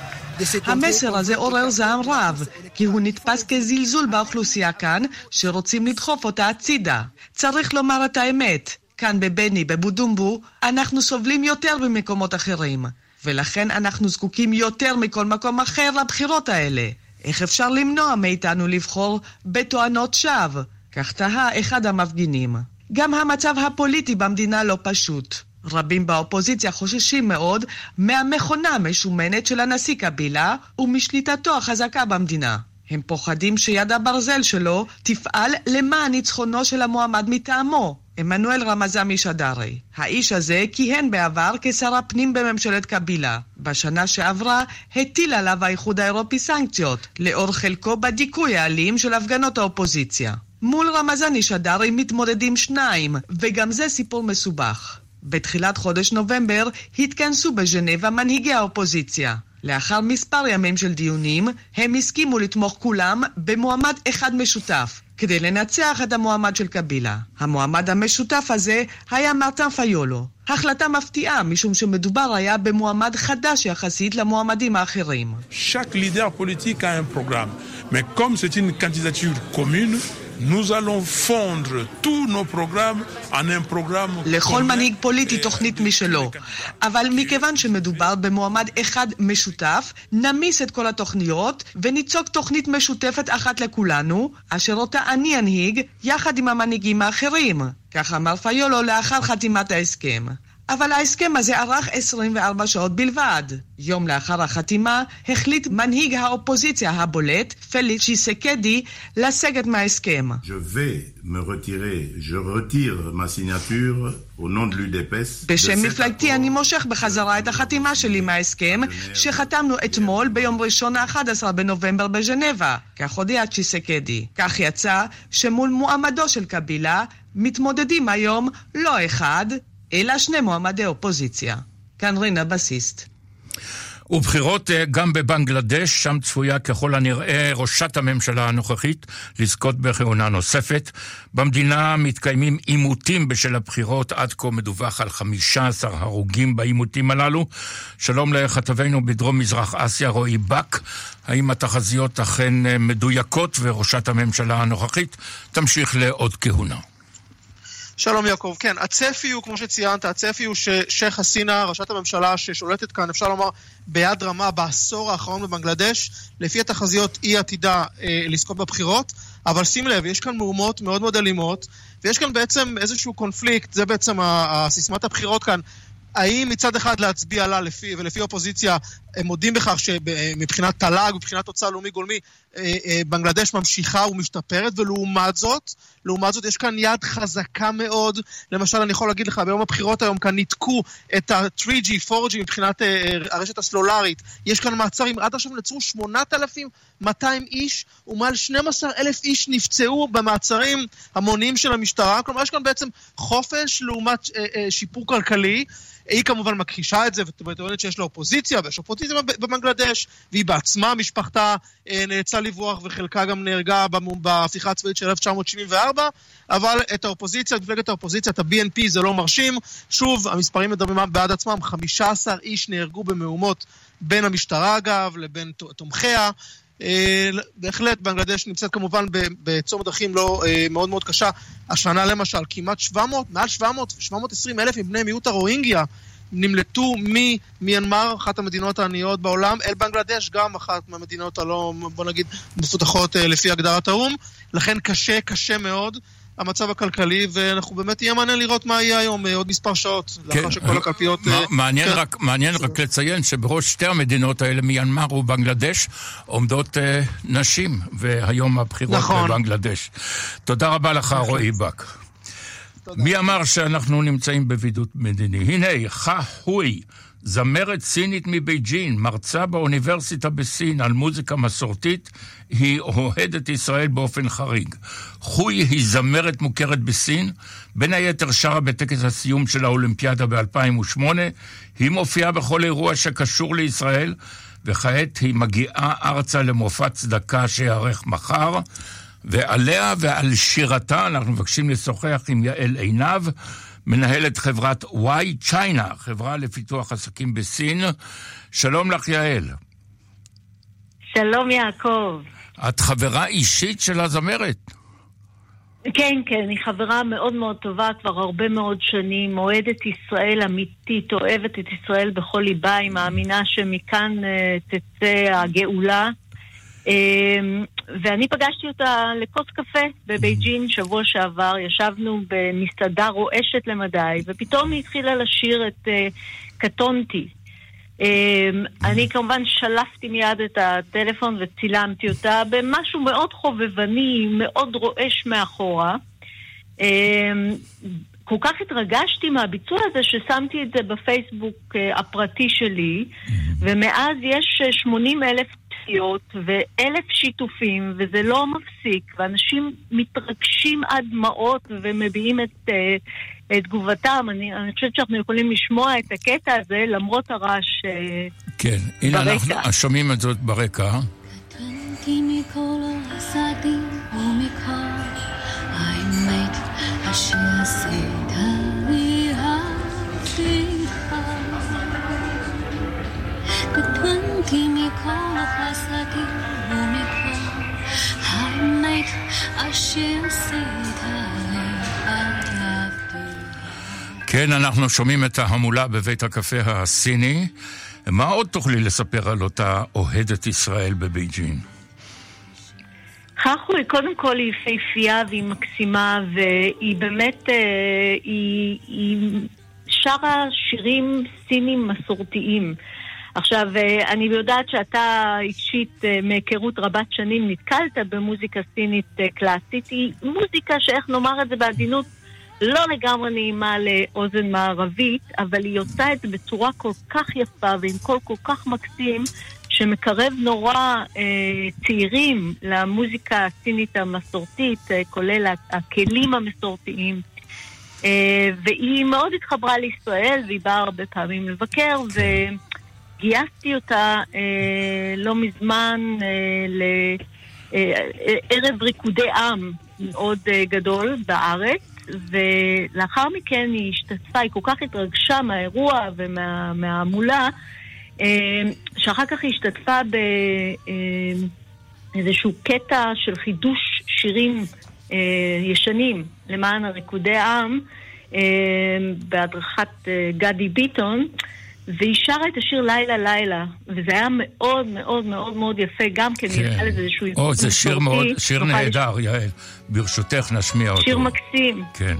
המסר הזה עורר זעם רב, כי הוא נתפס כזלזול באוכלוסייה כאן, שרוצים לדחוף אותה הצידה. צריך לומר את האמת, כאן בבני, בבודומבו, אנחנו סובלים יותר במקומות אחרים. ולכן אנחנו זקוקים יותר מכל מקום אחר לבחירות האלה. איך אפשר למנוע מאיתנו לבחור בתואנות שווא? כך תהה אחד המפגינים. גם המצב הפוליטי במדינה לא פשוט. רבים באופוזיציה חוששים מאוד מהמכונה המשומנת של הנשיא קבילה ומשליטתו החזקה במדינה. הם פוחדים שיד הברזל שלו תפעל למען ניצחונו של המועמד מטעמו, עמנואל רמזמי שדרי. האיש הזה כיהן בעבר כשר הפנים בממשלת קבילה. בשנה שעברה הטיל עליו האיחוד האירופי סנקציות, לאור חלקו בדיכוי האלים של הפגנות האופוזיציה. מול רמזני שדרי מתמודדים שניים, וגם זה סיפור מסובך. בתחילת חודש נובמבר התכנסו בז'נבה מנהיגי האופוזיציה. לאחר מספר ימים של דיונים, הם הסכימו לתמוך כולם במועמד אחד משותף, כדי לנצח את המועמד של קבילה. המועמד המשותף הזה היה מרטין פיולו. החלטה מפתיעה, משום שמדובר היה במועמד חדש יחסית למועמדים האחרים. Chaque leader politique a un programme, mais comme c'est une candidature commune, nous allons fondre tous nos programmes en un programme. לכל מנהיג פוליטי תוכנית משלו. אבל מכיוון שמדובר במועמד אחד משותף, נמיס את כל התוכניות וניצוק תוכנית משותפת אחת לכולנו, אשר אותה אני אנהיג יחד עם המנהיגים האחרים. כך אמר פיולו לאחר חתימת ההסכם. אבל ההסכם הזה ארך עשרים וארבע שעות בלבד. יום לאחר החתימה החליט מנהיג האופוזיציה הבולט, פליקס צ'יסקדי, לסגת מההסכם. Je vais me retirer, je retire ma signature au nom de l'U D P S. בשם מפלגתי אני מושך בחזרה את החתימה שלי מההסכם שחתמנו אתמול ביום ראשון ה-אחד עשר בנובמבר בז'נבה. כך הודיע צ'יסקדי. כך יצא שמול מועמדו של קבילה מתמודדים היום לא אחד, אלא שני מועמדי אופוזיציה. כאן רינה בסיסט. ובחירות גם בבנגלדש, שם צפויה ככל הנראה ראשת הממשלה הנוכחית לזכות בכהונה נוספת. במדינה מתקיימים עימותים בשל הבחירות, עד כה מדווח על חמישה עשר הרוגים בעימותים הללו. שלום לכתבנו בדרום מזרח אסיה רועי בק, האם התחזיות אכן מדויקות וראשת הממשלה הנוכחית תמשיך לעוד כהונה? שלום יעקב, כן, הצפי הוא, כמו שציינת, הצפי הוא ששייח חסינה, ראשת הממשלה ששולטת כאן, אפשר לומר, ביד רמה בעשור האחרון בבנגלדש, לפי התחזיות היא עתידה אה, לזכות בבחירות, אבל שים לב, יש כאן מהומות מאוד מאוד אלימות, ויש כאן בעצם איזשהו קונפליקט, זה בעצם הסיסמת הבחירות כאן, האם מצד אחד להצביע לה לפי, ולפי אופוזיציה הם מודים בכך שמבחינת תל"ג, מבחינת תוצאה לאומי גולמי, בנגלדש ממשיכה ומשתפרת, ולעומת זאת, לעומת זאת יש כאן יד חזקה מאוד. למשל אני יכול להגיד לך, ביום הבחירות היום כאן ניתקו את ה-תרי ג'י, פור ג'י מבחינת הרשת הסלולרית. יש כאן מעצרים, עד עכשיו נעצרו שמונת אלפים מאתיים איש, ומעל שנים עשר אלף איש נפצעו במעצרים המוניים של המשטרה. כלומר יש כאן בעצם חופש לעומת שיפור כלכלי. היא כמובן מכחישה את זה, וטוענת שיש לה אופוזיציה, ויש אופוזיציה בבנגלדש, והיא בעצמה, משפחתה, נאלצה לברוח, וחלקה גם נהרגה בהפיכה הצבאית של אלף תשע מאות שבעים וארבע, אבל את האופוזיציה, את מפלגת האופוזיציה, את ה-בי אן פי, זה לא מרשים. שוב, המספרים מדברים בעד עצמם, חמישה עשר איש נהרגו במהומות בין המשטרה, אגב, לבין תומכיה. בהחלט בנגלדש נמצאת כמובן בצומת דרכים לא מאוד מאוד קשה. השנה למשל כמעט שבע מאות, מעל שבע מאות, שבע מאות ועשרים אלף מבני מיעוט הרוהינגיה נמלטו ממיינמר, אחת המדינות העניות בעולם, אל בנגלדש, גם אחת מהמדינות הלא, בוא נגיד, מפותחות לפי הגדרת האום. לכן קשה, קשה מאוד המצב הכלכלי, ואנחנו באמת יהיה מעניין לראות מה יהיה היום עוד מספר שעות, לאחר שכל הקלפיות... מעניין רק לציין שבראש שתי המדינות האלה, מיינמר ובנגלדש, עומדות נשים, והיום הבחירות בבנגלדש. תודה רבה לך, רועי בק. מי אמר שאנחנו נמצאים בבידוד מדיני? הנה, חה הוי, זמרת סינית מבייג'ין, מרצה באוניברסיטה בסין על מוזיקה מסורתית, היא אוהדת ישראל באופן חריג. חוי היא זמרת מוכרת בסין, בין היתר שרה בטקס הסיום של האולימפיאדה ב-אלפיים ושמונה, היא מופיעה בכל אירוע שקשור לישראל, וכעת היא מגיעה ארצה למופע צדקה שיערך מחר, ועליה ועל שירתה אנחנו מבקשים לשוחח עם יעל עינב, מנהלת חברת וואי צ'יינה, חברה לפיתוח עסקים בסין. שלום לך יעל. שלום יעקב. את חברה אישית של הזמרת? כן, כן, היא חברה מאוד מאוד טובה, כבר הרבה מאוד שנים, אוהדת ישראל אמיתית, אוהבת את ישראל בכל ליבה, היא מאמינה שמכאן uh, תצא הגאולה. Uh, ואני פגשתי אותה לקוס קפה בבייג'ין שבוע שעבר, ישבנו במסעדה רועשת למדי, ופתאום היא התחילה לשיר את uh, קטונתי. Uh, אני כמובן שלפתי מיד את הטלפון וצילמתי אותה במשהו מאוד חובבני, מאוד רועש מאחורה. Uh, כל כך התרגשתי מהביצוע הזה ששמתי את זה בפייסבוק uh, הפרטי שלי, ומאז יש שמונים אלף צפיות ואלף שיתופים, וזה לא מפסיק, ואנשים מתרגשים עד דמעות ומביעים את, uh, את תגובתם. אני, אני חושבת שאנחנו יכולים לשמוע את הקטע הזה למרות הרעש uh, כן, הנה ברקע. אנחנו שומעים את זאת ברקע. כן, אנחנו שומעים את ההמולה בבית הקפה הסיני. מה עוד תוכלי לספר על אותה אוהדת ישראל בבייג'ין? חחוי, קודם כל היא יפהפייה והיא מקסימה, והיא באמת, היא, היא שרה שירים סינים מסורתיים. עכשיו, אני יודעת שאתה אישית מהיכרות רבת שנים נתקלת במוזיקה סינית קלאסית. היא מוזיקה שאיך נאמר את זה בעדינות לא לגמרי נעימה לאוזן מערבית, אבל היא עושה את זה בצורה כל כך יפה ועם קול כל כך מקסים, שמקרב נורא אה, צעירים למוזיקה הסינית המסורתית, אה, כולל הכלים המסורתיים. אה, והיא מאוד התחברה לישראל, והיא באה הרבה פעמים לבקר, גייסתי אותה אה, לא מזמן אה, לערב ריקודי עם מאוד אה, גדול בארץ, ולאחר מכן היא השתתפה, היא כל כך התרגשה מהאירוע ומהמולה, אה, שאחר כך היא השתתפה באיזשהו קטע של חידוש שירים אה, ישנים למען הריקודי עם, אה, בהדרכת אה, גדי ביטון, והיא שרה את השיר לילה לילה, וזה היה מאוד מאוד מאוד מאוד יפה, גם כן נראה לזה איזשהו... או, זה שיר מאוד, שיר נהדר, יעל. ברשותך נשמיע אותו. שיר מקסים. כן.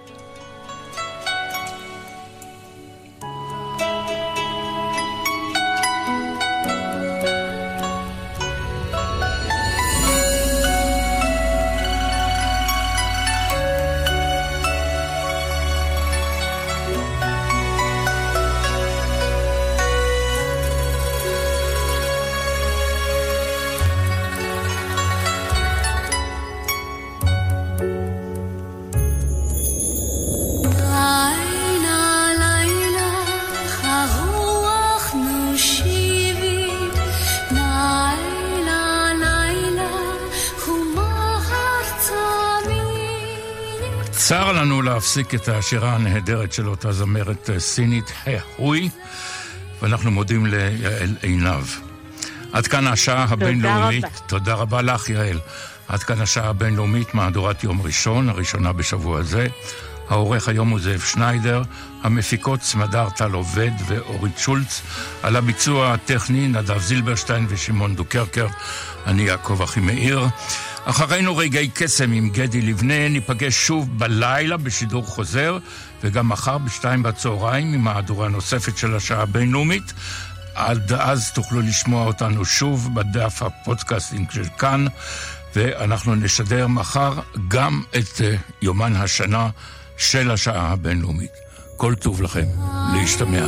צר לנו להפסיק את השירה הנהדרת של אותה זמרת סינית, ההוי, ואנחנו מודים ליעל עינב. עד כאן השעה הבינלאומית. תודה רבה. תודה רבה לך, יעל. עד כאן השעה הבינלאומית, מהדורת יום ראשון, הראשונה בשבוע הזה. העורך היום הוא זאב שניידר, המפיקות סמדר טל עובד ואורית שולץ, על הביצוע הטכני נדב זילברשטיין ושמעון דוקרקר, אני יעקב אחימאיר. אחרינו רגעי קסם עם גדי לבנה, ניפגש שוב בלילה בשידור חוזר, וגם מחר בשתיים בצהריים עם מהדורה נוספת של השעה הבינלאומית. עד אז תוכלו לשמוע אותנו שוב בדף הפודקאסטינג של כאן, ואנחנו נשדר מחר גם את יומן השנה של השעה הבינלאומית. כל טוב לכם, להשתמע.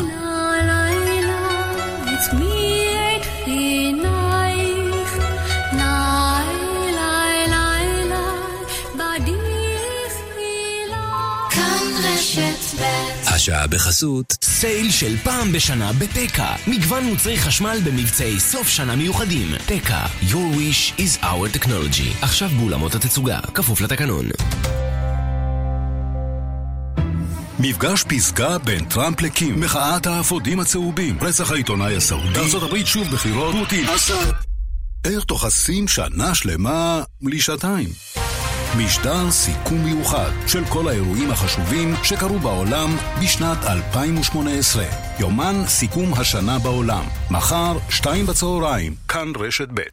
השעה בחסות סייל של פעם בשנה בטקה, מגוון מוצרי חשמל במבצעי סוף שנה מיוחדים. טקה, your wish is our technology. עכשיו באולמות התצוגה, כפוף לתקנון. מפגש פסגה בין טראמפ לקים, מחאת האפודים הצהובים, רצח העיתונאי הסעודי, ארצות הברית שוב בחירות, פוטין אסד. איך תוחסים שנה שלמה בלי שעתיים? משדר סיכום מיוחד של כל האירועים החשובים שקרו בעולם בשנת אלפיים ושמונה עשרה. יומן סיכום השנה בעולם. מחר, שתיים בצהריים, כאן רשת ב'.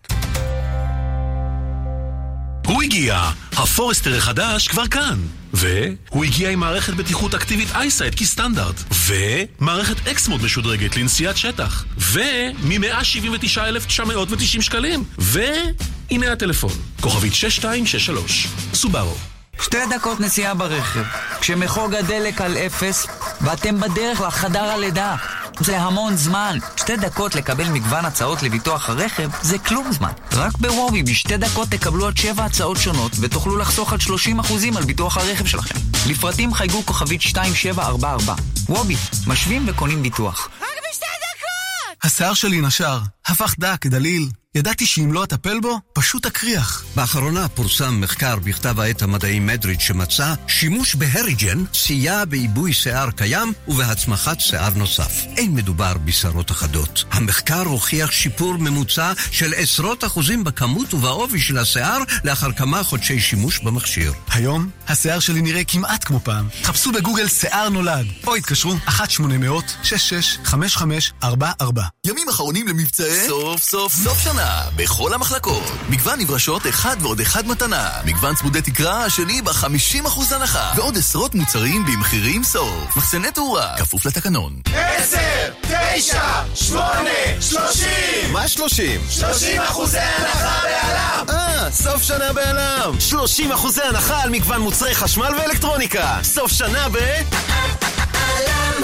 הוא הגיע! הפורסטר החדש כבר כאן. והוא הגיע עם מערכת בטיחות אקטיבית אייסייט כסטנדרט. ומערכת אקסמוד משודרגת לנסיעת שטח. ומ-מאה שבעים ותשעה אלף תשע מאות ותשעים שקלים. והנה הטלפון. כוכבית שש שתיים שש שלוש. סובארו. שתי דקות נסיעה ברכב. כשמחוג הדלק על אפס, ואתם בדרך לחדר הלידה. זה המון זמן. שתי דקות לקבל מגוון הצעות לביטוח הרכב זה כלום זמן. רק בוובי בשתי דקות תקבלו עד שבע הצעות שונות ותוכלו לחסוך עד שלושים אחוזים על ביטוח הרכב שלכם. לפרטים חייגו כוכבית שתיים שבע ארבע ארבע. וובי, משווים וקונים ביטוח. רק בשתי דקות! השיער שלי נשר, הפך דק, דליל. ידעתי שאם לא אטפל בו, פשוט אקריח. באחרונה פורסם מחקר בכתב העת המדעי מדריד שמצא שימוש בהריג'ן סייע בעיבוי שיער קיים ובהצמחת שיער נוסף. אין מדובר בשערות אחדות. המחקר הוכיח שיפור ממוצע של עשרות אחוזים בכמות ובעובי של השיער לאחר כמה חודשי שימוש במכשיר. היום השיער שלי נראה כמעט כמו פעם. חפשו בגוגל שיער נולד או התקשרו אחת שמונה מאות שש שש חמש חמש ארבע ארבע. ימים אחרונים למבצעי סוף סוף סוף שנה בכל המחלקות. מגוון נברשות אחד ועוד אחד מתנה. מגוון צמודי תקרה השני ב-חמישים אחוז הנחה. ועוד עשרות מוצרים במחירים סוף. מחסני תאורה, כפוף לתקנון. עשר, תשע, שמונה, שלושים. מה שלושים? שלושים אחוזי הנחה בעלם. אה, סוף שנה בעלם. שלושים אחוזי הנחה על מגוון מוצרי חשמל ואלקטרוניקה. סוף שנה ב...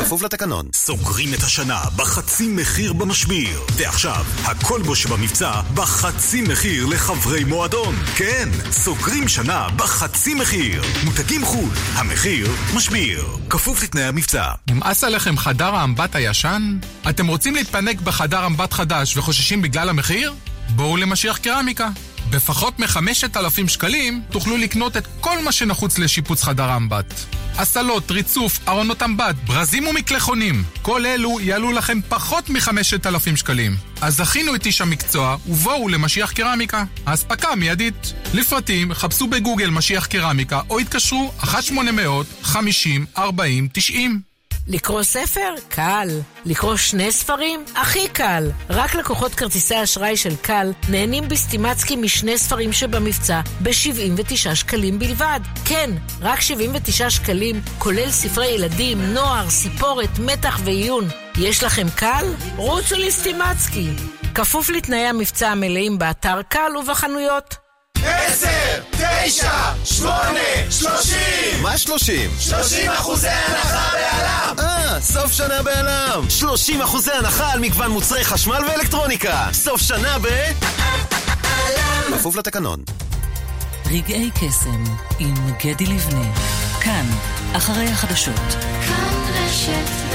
כפוף לתקנון. סוגרים את השנה בחצי מחיר במשביר. ועכשיו, הכל בו שבמבצע בחצי מחיר לחברי מועדון. כן, סוגרים שנה בחצי מחיר. מותגים חול, המחיר משביר. כפוף לתנאי המבצע. נמאס עליכם חדר האמבט הישן? אתם רוצים להתפנק בחדר אמבט חדש וחוששים בגלל המחיר? בואו למשיח קרמיקה. בפחות מ-חמשת אלפים שקלים תוכלו לקנות את כל מה שנחוץ לשיפוץ חדר האמבט. אסלות, ריצוף, ארונות אמבט, ברזים ומקלחונים. כל אלו יעלו לכם פחות מ-חמשת אלפים שקלים. אז זכינו את איש המקצוע ובואו למשיח קרמיקה. ההספקה מיידית. לפרטים חפשו בגוגל משיח קרמיקה או התקשרו אחת שמונה מאות חמישים ארבעים תשעים. לקרוא ספר? קל. לקרוא שני ספרים? הכי קל. רק לקוחות כרטיסי אשראי של קל נהנים בסטימצקי משני ספרים שבמבצע ב-שבעים ותשעה שקלים בלבד. כן, רק שבעים ותשעה שקלים, כולל ספרי ילדים, נוער, סיפורת, מתח ועיון. יש לכם קל? רוצו לסטימצקי. כפוף לתנאי המבצע המלאים באתר קל ובחנויות. עשר, תשע, שמונה, שלושים. מה שלושים? שלושים אחוזי הנחה בעלם. אה, סוף שנה בעלם. שלושים אחוזי הנחה על מגוון מוצרי חשמל ואלקטרוניקה. סוף שנה בעלם. כפוף לתקנון. רגעי קסם עם גדי לבנה. כאן, אחרי החדשות. כאן רשת